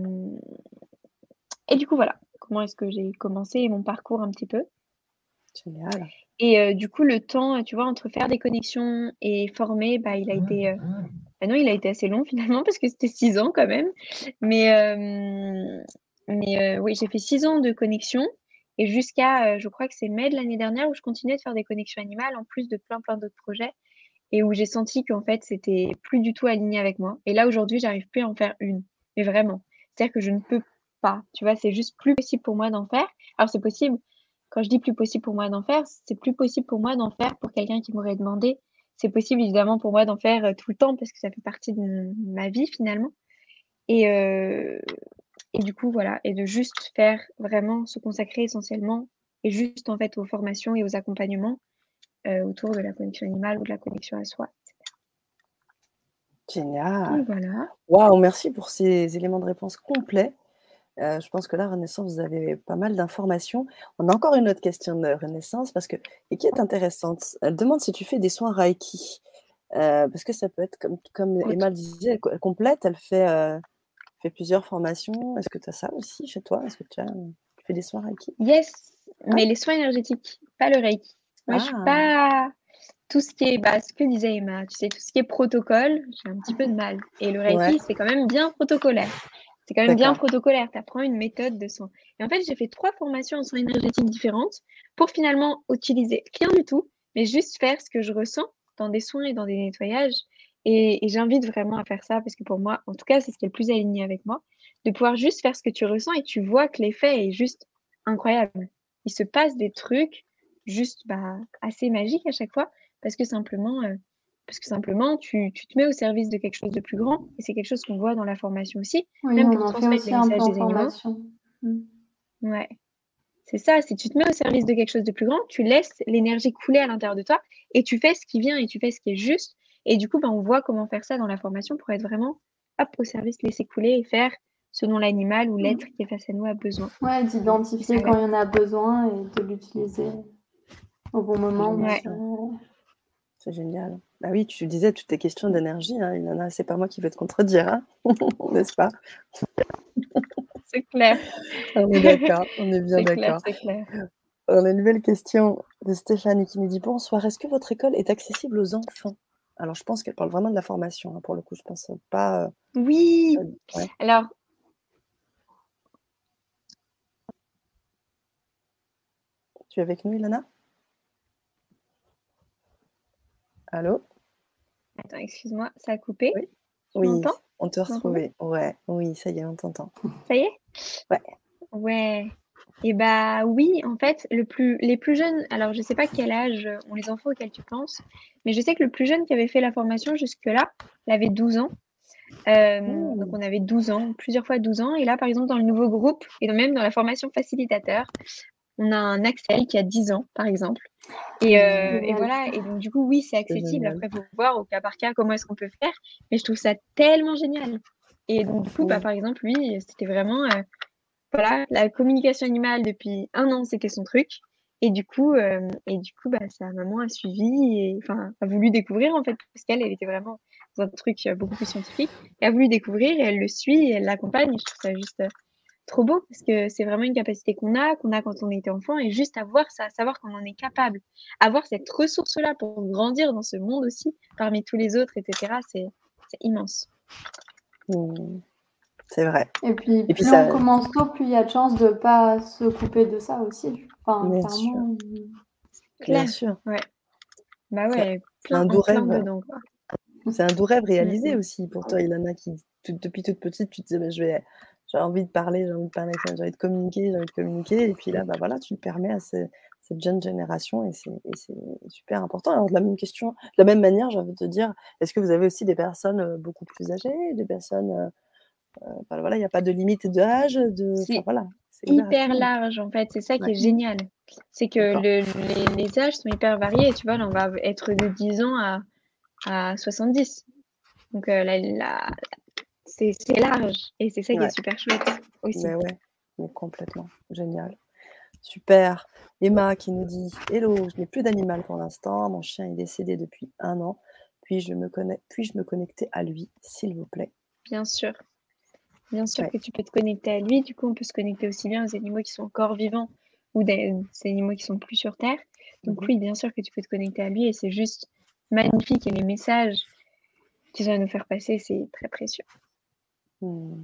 et du coup, voilà, comment est-ce que j'ai commencé mon parcours un petit peu. Génial. Et euh, du coup, le temps, tu vois, entre faire des connexions et former, bah, il a été, euh, bah non, il a été assez long finalement parce que c'était six ans quand même. Mais, euh, mais euh, oui, j'ai fait six ans de connexion et jusqu'à, euh, je crois que c'est mai de l'année dernière où je continuais de faire des connexions animales en plus de plein plein d'autres projets et où j'ai senti qu'en fait c'était plus du tout aligné avec moi. Et là aujourd'hui, j'arrive plus à en faire une, mais vraiment. C'est-à-dire que je ne peux pas, tu vois, c'est juste plus possible pour moi d'en faire. Alors c'est possible. Quand je dis plus possible pour moi d'en faire, c'est plus possible pour moi d'en faire pour quelqu'un qui m'aurait demandé. C'est possible évidemment pour moi d'en faire euh, tout le temps parce que ça fait partie de mon- ma vie finalement. Et, euh, et du coup, voilà, et de juste faire vraiment se consacrer essentiellement et juste en fait aux formations et aux accompagnements euh, autour de la connexion animale ou de la connexion à soi. Génial. Donc voilà. Waouh, merci pour ces éléments de réponse complets. Heu, je pense que là, Renaissance, vous avez pas mal d'informations. On a encore une autre question de Renaissance parce que et qui est intéressante. Elle demande si tu fais des soins Reiki, heu, parce que ça peut être comme comme Ok. Emma le disait, elle co elle complète, elle fait, heu, fait plusieurs formations. Est-ce que tu as ça aussi chez toi? Est-ce que tu as tu fais des soins Reiki? Yes, Ah! mais les soins énergétiques, pas le Reiki. Moi, je suis Ah! pas tout ce qui est, bah, ce que disait Emma, tu sais, tout ce qui est protocole, j'ai un petit peu de mal. Et le Ouais, Reiki, c'est quand même bien protocolaire. C'est quand même bien d'accord. protocolaire. Tu apprends une méthode de soin. Et en fait, j'ai fait trois formations en soins énergétiques différentes pour finalement utiliser rien du tout, mais juste faire ce que je ressens dans des soins et dans des nettoyages. Et, et j'invite vraiment à faire ça parce que pour moi, en tout cas, c'est ce qui est le plus aligné avec moi, de pouvoir juste faire ce que tu ressens et tu vois que l'effet est juste incroyable. Il se passe des trucs juste bah, assez magiques à chaque fois parce que simplement, euh, parce que simplement tu, tu te mets au service de quelque chose de plus grand et c'est quelque chose qu'on voit dans la formation aussi, Oui, même on pour en fait transmettre les aussi un peu messages en des animaux. formation. Mm. Ouais, c'est ça, si tu te mets au service de quelque chose de plus grand, tu laisses l'énergie couler à l'intérieur de toi et tu fais ce qui vient et tu fais ce qui est juste. Et du coup, bah, on voit comment faire ça dans la formation pour être vraiment hop, au service, laisser couler et faire ce dont l'animal ou l'être qui est face à nous a besoin. Ouais, Et d'identifier ça quand va. il y en a besoin et de l'utiliser au bon C'est moment. génial Ouais, Donc, ça, euh, c'est génial. Bah oui, tu disais toutes tes questions d'énergie, hein, Ilana, c'est pas moi qui vais te contredire, hein, n'est-ce pas? c'est clair. On est d'accord, on est bien C'est clair, d'accord. c'est clair. On a une nouvelle question de Stéphanie qui nous dit: «Bonsoir, est-ce que votre école est accessible aux enfants?» Alors je pense qu'elle parle vraiment de la formation, hein, pour le coup, je pense pas, heu, Oui, heu ouais. alors, Tu es avec nous, Ilana? Allô? attends, excuse-moi, ça a coupé. Oui? Tu Oui, m'entends? on te Tu m'entends? retrouvait. Ouais, oui, ça y est, on t'entend. Ça y est? Ouais. Ouais. Et bah oui, en fait, le plus, les plus jeunes, alors je sais pas quel âge ont les enfants auxquels tu penses, mais je sais que le plus jeune qui avait fait la formation jusque-là, il avait douze ans. Euh, donc Mmh. on avait douze ans, plusieurs fois douze ans. Et là, par exemple, dans le nouveau groupe, et dans- même dans la formation facilitateur, on a un Axel qui a dix ans, par exemple. Et, euh, et génial. voilà, et donc du coup, oui, c'est C'est accessible. génial. Après, il faut voir au cas par cas comment est-ce qu'on peut faire. Mais je trouve ça tellement génial. Et donc, du coup, bah, Mmh. par exemple, lui, c'était vraiment, euh, voilà, la communication animale depuis un an, c'était son truc. Et du coup, hem et du coup, bah, sa maman a suivi et enfin, a voulu découvrir, en fait, parce qu'elle, elle était vraiment dans un truc, heu, beaucoup plus scientifique. Elle a voulu découvrir et elle le suit et elle l'accompagne et je trouve ça juste, heu, trop beau parce que c'est vraiment une capacité qu'on a, qu'on a quand on était enfant et juste avoir ça, savoir qu'on en est capable. Avoir cette ressource-là pour grandir dans ce monde aussi, parmi tous les autres et cetera, c'est c'est immense. Mmh. C'est vrai. Et puis, Et puis plus on ça commence tôt, plus il y a de chances de pas se couper de ça aussi. Enfin, bien sûr, clairement, mmh. bien Clair, sûr. ouais. Bah, C'est ouais, c'est plein un doux en plein rêve. dedans, quoi. C'est un doux rêve Mmh réalisé mh. aussi pour toi, Ilana, qui toute depuis toute petite, tu te disais: «Beh, je vais j'ai envie de parler, j'ai envie de parler, j'ai envie de communiquer, j'ai envie de communiquer» et puis là, bah, voilà, tu le permets à ce cette jeune génération et c'est et c'est super important. Alors de la même question de la même manière, j'ai envie de te dire, est-ce que vous avez aussi des personnes, heu, beaucoup plus âgées, des personnes, heu heu, enfin voilà, il y a pas de limite d'âge, de enfin C'est voilà, c'est ouvert à tout hyper le monde? large, en fait, c'est ça qui Ouais, est génial. C'est que d'accord. le les les âges sont hyper variés, tu vois? Là, on va être de dix ans à à soixante-dix. Donc heu, la la c'est c'est large et c'est ça qui est Ouais, super chouette aussi. mais ouais, mais complètement, génial. Super. Emma qui nous dit: «Hello, je n'ai plus d'animal pour l'instant, mon chien est décédé depuis un an. Puis-je me connec puis-je me connecter à lui, s'il vous plaît?» Bien sûr, bien sûr Ouais. que tu peux te connecter à lui. Du coup, on peut se connecter aussi bien aux animaux qui sont encore vivants ou des ces animaux qui sont plus sur terre. Mmh Donc mh. oui, bien sûr que tu peux te connecter à lui et c'est juste magnifique et les messages qu'il va nous faire passer, c'est très précieux. Mmh.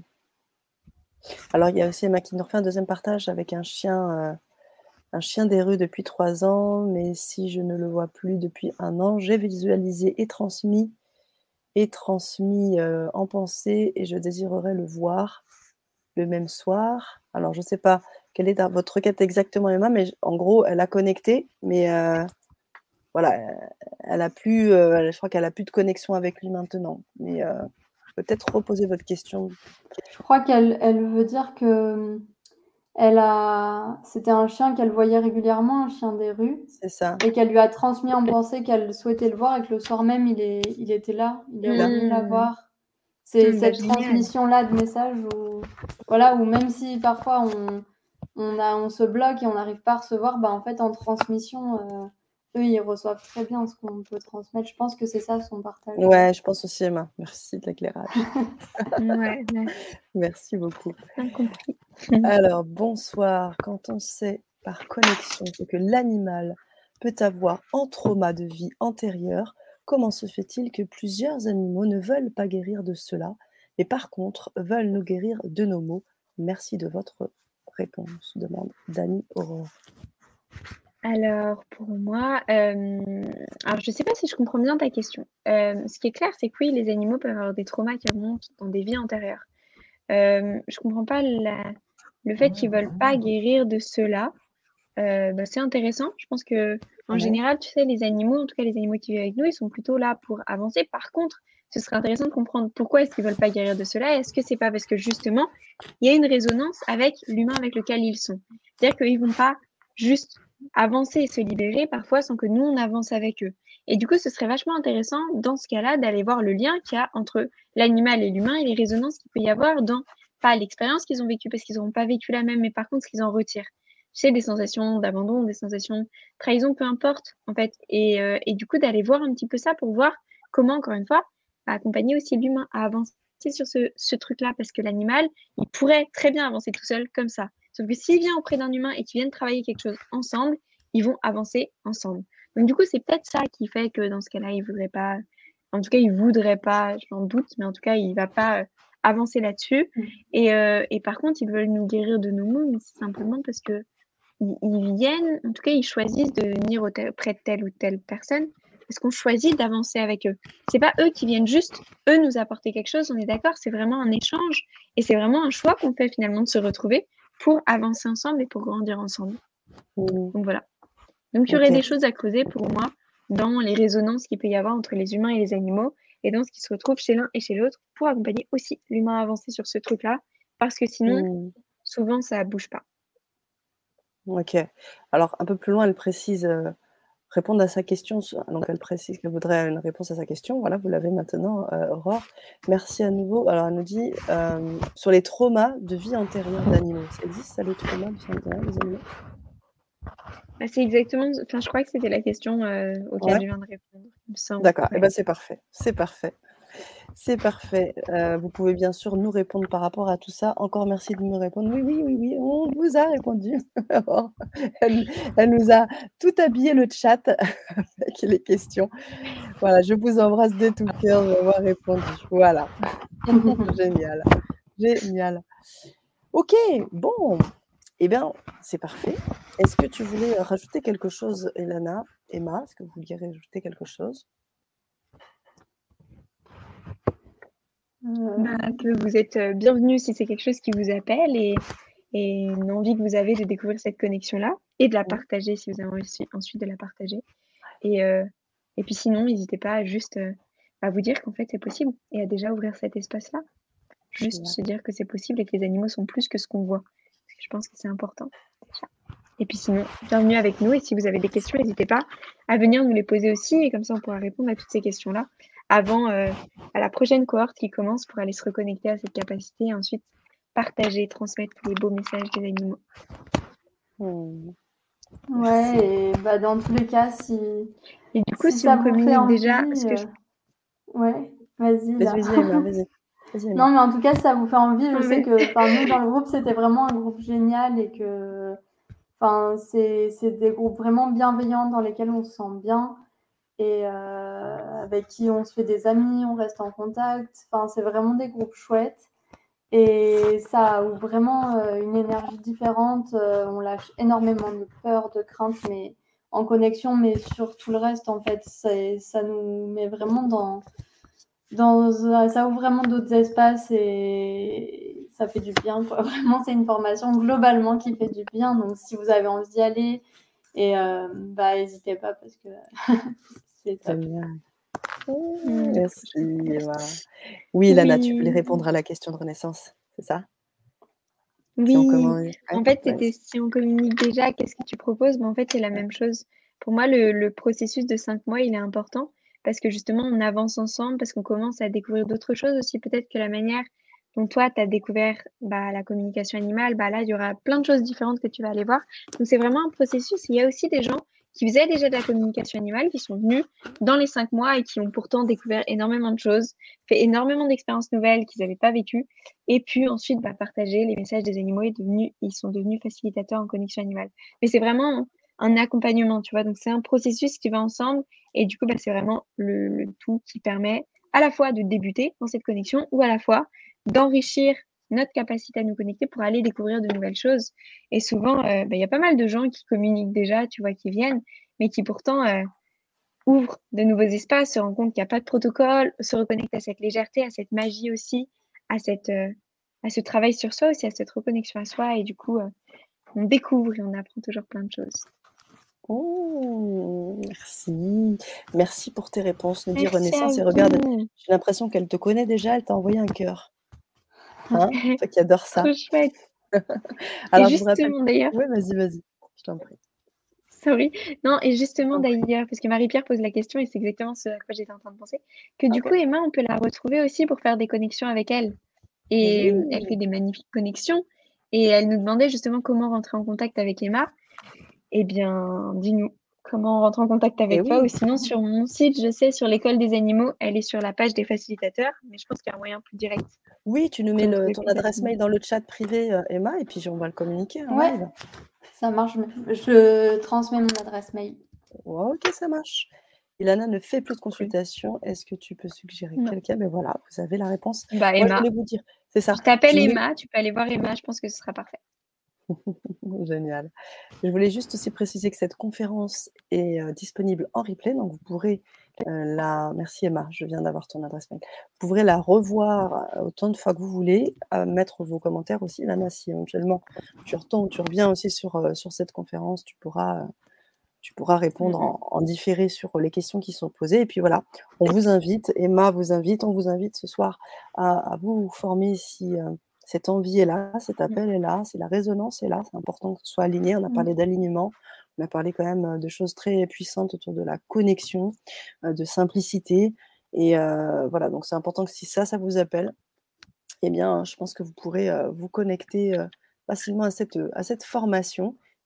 Alors il y a aussi Emma qui nous refait un deuxième partage avec un chien, heu, un chien des rues depuis trois ans, mais si je ne le vois plus depuis un an, j'ai visualisé et transmis et transmis, heu, en pensée et je désirerais le voir le même soir. Alors je sais pas quelle est ta votre requête exactement Emma, mais j en gros, elle a connecté, mais heu, voilà, heu, elle a plus, heu, je crois qu'elle a plus de connexion avec lui maintenant. Mais heu, peut-être reposer votre question. Je crois qu'elle elle veut dire que, mmh, elle a c'était un chien qu'elle voyait régulièrement, un chien des rues C'est ça. et qu'elle lui a transmis en pensée qu'elle souhaitait le voir et que le soir même, il est il était là, il est Super. revenu la Mmh. voir. C'est Mmh, bah, cette génial. transmission-là de messages où voilà, où même si parfois on on a on se bloque et on n'arrive pas à recevoir, bah, en fait, en transmission, heu, eux, ils reçoivent très bien ce qu'on peut transmettre. Je pense que c'est ça son partage, en fait. Ouais, je pense aussi Emma. Merci de l'éclairage. Ouais, ouais, Merci beaucoup. bien compris. Alors bonsoir. Quand on sait par connexion ce que l'animal peut avoir en trauma de vie antérieure, comment se fait-il que plusieurs animaux ne veulent pas guérir de cela, mais par contre veulent nous guérir de nos maux? Merci de votre réponse, demande Dani Aurore. Alors pour moi, hem, alors je sais pas si je comprends bien ta question. Hem, ce qui est clair, c'est que oui, les animaux peuvent avoir des traumas qui remontent dans des vies antérieures. Hem, je comprends pas la le fait qu'ils veulent pas guérir de cela. Heu, bah, c'est intéressant. Je pense qu'en Ouais. général, tu sais, les animaux, en tout cas les animaux qui vivent avec nous, ils sont plutôt là pour avancer. Par contre, ce serait intéressant de comprendre pourquoi est-ce qu'ils veulent pas guérir de cela. Est-ce que c'est pas parce que justement, il y a une résonance avec l'humain avec lequel ils sont? C'est-à-dire qu'ils vont pas juste avancer et se libérer parfois sans que nous on avance avec eux. Et du coup, ce serait vachement intéressant dans ce cas-là d'aller voir le lien qu'il y a entre l'animal et l'humain et les résonances qu'il peut y avoir dans pas l'expérience qu'ils ont vécue parce qu'ils n'auront pas vécu la même, mais par contre ce qu'ils en retirent. Tu sais, des sensations d'abandon, des sensations de trahison, peu importe, en fait. Et, heu, et du coup, d'aller voir un petit peu ça pour voir comment, encore une fois, bah, accompagner aussi l'humain à avancer sur ce ce truc-là. Parce que l'animal, il pourrait très bien avancer tout seul comme ça. Sauf que s'il vient auprès d'un humain et qu'ils viennent travailler quelque chose ensemble, ils vont avancer ensemble. Donc du coup, c'est peut-être ça qui fait que dans ce cas-là, il voudrait pas en tout cas, il voudrait pas, j'en doute, mais en tout cas, il va pas, heu, avancer là-dessus. Mmh. Et heu, et par contre, ils veulent nous guérir de nos maux, mais c'est simplement parce que ils ils viennent, en tout cas, ils choisissent de venir auprès de telle ou telle personne parce qu'on choisit d'avancer avec eux. C'est pas eux qui viennent juste, eux, nous apporter quelque chose, on est d'accord, c'est vraiment un échange et c'est vraiment un choix qu'on fait finalement de se retrouver pour avancer ensemble et pour grandir ensemble. Mmh. Donc voilà. Donc il y aurait des OK. choses à creuser pour moi dans les résonances qu'il peut y avoir entre les humains et les animaux et dans ce qui se retrouve chez l'un et chez l'autre pour accompagner aussi l'humain à avancer sur ce truc-là parce que sinon, Mmh. souvent, ça bouge pas. OK. Alors un peu plus loin, elle précise, heu, répondre à sa question sur donc elle précise qu'elle voudrait une réponse à sa question. Voilà, vous l'avez maintenant, heu, Aurore. Merci à nouveau. Alors elle nous dit, hem, sur les traumas de vie antérieure d'animaux. Ça existe ça, les traumas de vie antérieure des animaux? Bah, c'est exactement enfin, je crois que c'était la question, heu, auquel Ouais. je viens de répondre, il me semble, D'accord, et ouais. ben, c'est parfait, c'est parfait. C'est parfait, heu, vous pouvez bien sûr nous répondre par rapport à tout ça. Encore merci de me répondre. Oui, oui, oui, oui, on vous a répondu. Oh, elle elle nous a tout habillé le chat avec les questions. Voilà, je vous embrasse de tout cœur d'avoir répondu. Voilà. Génial, génial. OK, bon, et bien, c'est parfait. Est-ce que tu voulais, heu, rajouter quelque chose, Elana, Emma, est-ce que vous vouliez rajouter quelque chose? Bah, Hem. que vous êtes, heu, bienvenus si c'est quelque chose qui vous appelle et et une envie que vous avez de découvrir cette connexion-là et de la Mmh. partager si vous avez envie ensuite de la partager et heu et puis sinon, n'hésitez pas à juste, heu, à vous dire qu'en fait, c'est possible et à déjà ouvrir cet espace-là. Juste Génial. se dire que c'est possible et que les animaux sont plus que ce qu'on voit. Parce que je pense que c'est important, déjà. Et puis sinon, bienvenue avec nous et si vous avez des questions, n'hésitez pas à venir nous les poser aussi et comme ça, on pourra répondre à toutes ces questions-là avant, heu, à la prochaine cohorte qui commence pour aller se reconnecter à cette capacité et ensuite partager, transmettre tous les beaux messages des animaux. Mmh. Merci. Ouais, et bah, dans tous les cas, si Et du coup, si si ça on vous fait communique déjà envie, parce que je heu ouais, vas-y, Vas-y, là. vas-y, Emma, vas-y. Vas-y, Emma. Non, mais en tout cas, si ça vous fait envie, je non, sais mais que, enfin, nous, dans le groupe, c'était vraiment un groupe génial et que, enfin, c'est c'est des groupes vraiment bienveillants dans lesquels on se sent bien et heu, avec qui on se fait des amis, on reste en contact. Enfin, c'est vraiment des groupes chouettes et ça ouvre vraiment, heu, une énergie différente, heu, on lâche énormément de peur, de crainte, mais en connexion, mais sur tout le reste, en fait. C'est ça nous met vraiment dans dans un ça ouvre vraiment d'autres espaces et ça fait du bien, quoi. Vraiment, c'est une formation globalement qui fait du bien, donc si vous avez envie d'y aller et heu, bah, hésitez pas parce que c'est top. Génial. Oh, mmh, merci, trop chouette. Emma. Oui, Lana, tu voulais Oui. répondre à la question de Renaissance, c'est ça? Si on Oui, commen ouais, en fait, c'était vas-y. si on communique déjà, qu'est-ce que tu proposes? Mais en fait, c'est la Ouais. même chose. Pour moi, le le processus de cinq mois, il est important parce que justement, on avance ensemble, parce qu'on commence à découvrir d'autres choses aussi. Peut-être que la manière dont toi, tu as découvert, bah, la communication animale, bah, là, il y aura plein de choses différentes que tu vas aller voir. Donc c'est vraiment un processus. Il y a aussi des gens qui faisaient déjà de la communication animale, qui sont venus dans les cinq mois et qui ont pourtant découvert énormément de choses, fait énormément d'expériences nouvelles qu'ils n'avaient pas vécues et puis ensuite, bah, partager les messages des animaux est devenu ils sont devenus facilitateurs en connexion animale. Mais c'est vraiment un accompagnement, tu vois? Donc c'est un processus qui va ensemble et du coup, bah, c'est vraiment le le tout qui permet à la fois de débuter dans cette connexion ou à la fois d'enrichir notre capacité à nous connecter pour aller découvrir de nouvelles choses et souvent, heu, bah, il y a pas mal de gens qui communiquent déjà, tu vois? Qui viennent, mais qui pourtant, heu, ouvrent de nouveaux espaces, se rendent compte qu'il y a pas de protocole, se reconnectent à cette légèreté, à cette magie aussi, à cette, heu, à ce travail sur soi aussi, à cette reconnexion à soi et du coup, heu, on découvre et on apprend toujours plein de choses. Oh, merci. Merci pour tes réponses, nous dit Merci à Renaissance et regarde, vous. j'ai l'impression qu'elle te connaît déjà, elle t'a envoyé un cœur. Hein? Toi qui adores ça. Trop chouette et Alors je vous rappelle justement d'ailleurs ouais, vas-y, vas-y, je t'en prie. sorry, non et Je justement t'en prie. d'ailleurs, parce que Marie-Pierre pose la question et c'est exactement ce à quoi j'étais en train de penser, que du coup OK. Emma, on peut la retrouver aussi pour faire des connexions avec elle et mmh, elle fait Oui! des magnifiques connexions et elle nous demandait justement comment rentrer en contact avec Emma. Eh bien, dis-nous, comment on rentre en contact Et avec toi? oui! Ou sinon sur mon site, je sais sur l'école des animaux, elle est sur la page des facilitateurs, mais je pense qu'il y a un moyen plus direct Oui, tu nous de mets me le trouver ton plus adresse facilement. mail dans le chat privé, heu, Emma, et puis j on va le communiquer en Ouais, live. ça marche, je je transmets mon adresse mail. OK, ça marche. Ilana ne fait plus de Cool. consultation. Est-ce que tu peux suggérer Non. quelqu'un? Mais voilà, vous avez la réponse. Bah, Moi, je Emma. voulais vous dire c'est ça, Tu t'appelles je voulais Emma, tu peux aller voir Emma, je pense que ce sera parfait. génial. Je voulais juste aussi préciser que cette conférence est, heu, disponible en replay, donc vous pourrez, heu, la merci Emma, je viens d'avoir ton adresse mail. Vous pourrez la revoir, heu, autant de fois que vous voulez, heu, mettre vos commentaires aussi. Ilana, si éventuellement tu retombes tu reviens aussi sur, heu, sur cette conférence, tu pourras, heu, tu pourras Mmh répondre mh. en en différé sur les questions qui sont posées et puis voilà, on vous invite, Emma vous invite, on vous invite ce soir à à vous former si, heu, cette envie est là, cet Mmh. appel est là, si la résonance est là, c'est important que ce soit aligné. On a Mmh. parlé d'alignement, on a parlé quand même, heu, de choses très puissantes autour de la connexion, heu, de simplicité et heu, voilà, donc c'est important que si ça, ça vous appelle, eh bien, je pense que vous pourrez, heu, vous connecter, heu, facilement à cette, heu, à cette formation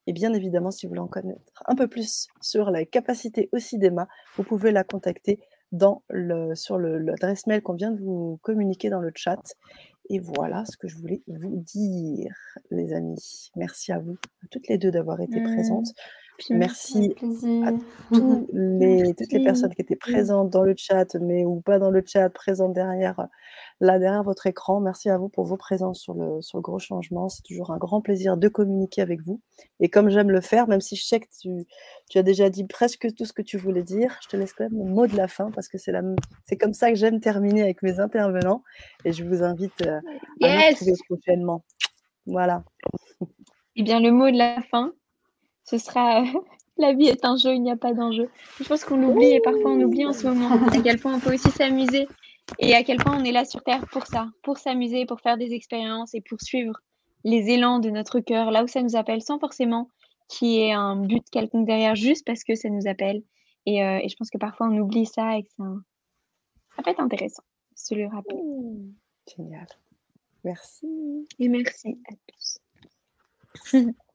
Et bien évidemment, si vous voulez en connaître un peu plus sur la capacité aussi d'Emma, vous pouvez la contacter dans le, sur le, l'adresse mail qu'on vient de vous communiquer dans le chat. Et voilà ce que je voulais vous dire, les amis. Merci à vous, à toutes les deux, d'avoir été Mmh. présentes. Puis Merci Avec à plaisir. tous les, toutes les merci. personnes qui étaient présentes dans le chat, mais ou pas dans le chat, présentes derrière, euh, là derrière votre écran. Merci à vous pour vos présences sur le, sur le gros changement. C'est toujours un grand plaisir de communiquer avec vous. Et comme j'aime le faire, même si je sais que tu, tu as déjà dit presque tout ce que tu voulais dire, je te laisse quand même le mot de la fin parce que c'est la, c'est comme ça que j'aime terminer avec mes intervenants. Et je vous invite euh, à nous Yes! retrouver prochainement. Voilà. Eh bien, le mot de la fin, ce sera euh, la vie est un jeu, il n'y a pas d'enjeu. Je pense qu'on l'oublie et parfois on oublie en ce moment à quel point on peut aussi s'amuser et à quel point on est là sur Terre pour ça, pour s'amuser, pour faire des expériences et pour suivre les élans de notre cœur, là où ça nous appelle, sans forcément qu'il y ait un but quelconque derrière, juste parce que ça nous appelle. Et, euh, et je pense que parfois on oublie ça et que ça, ça peut être intéressant de se le rappeler. Mmh. Génial. Merci. Et merci à tous.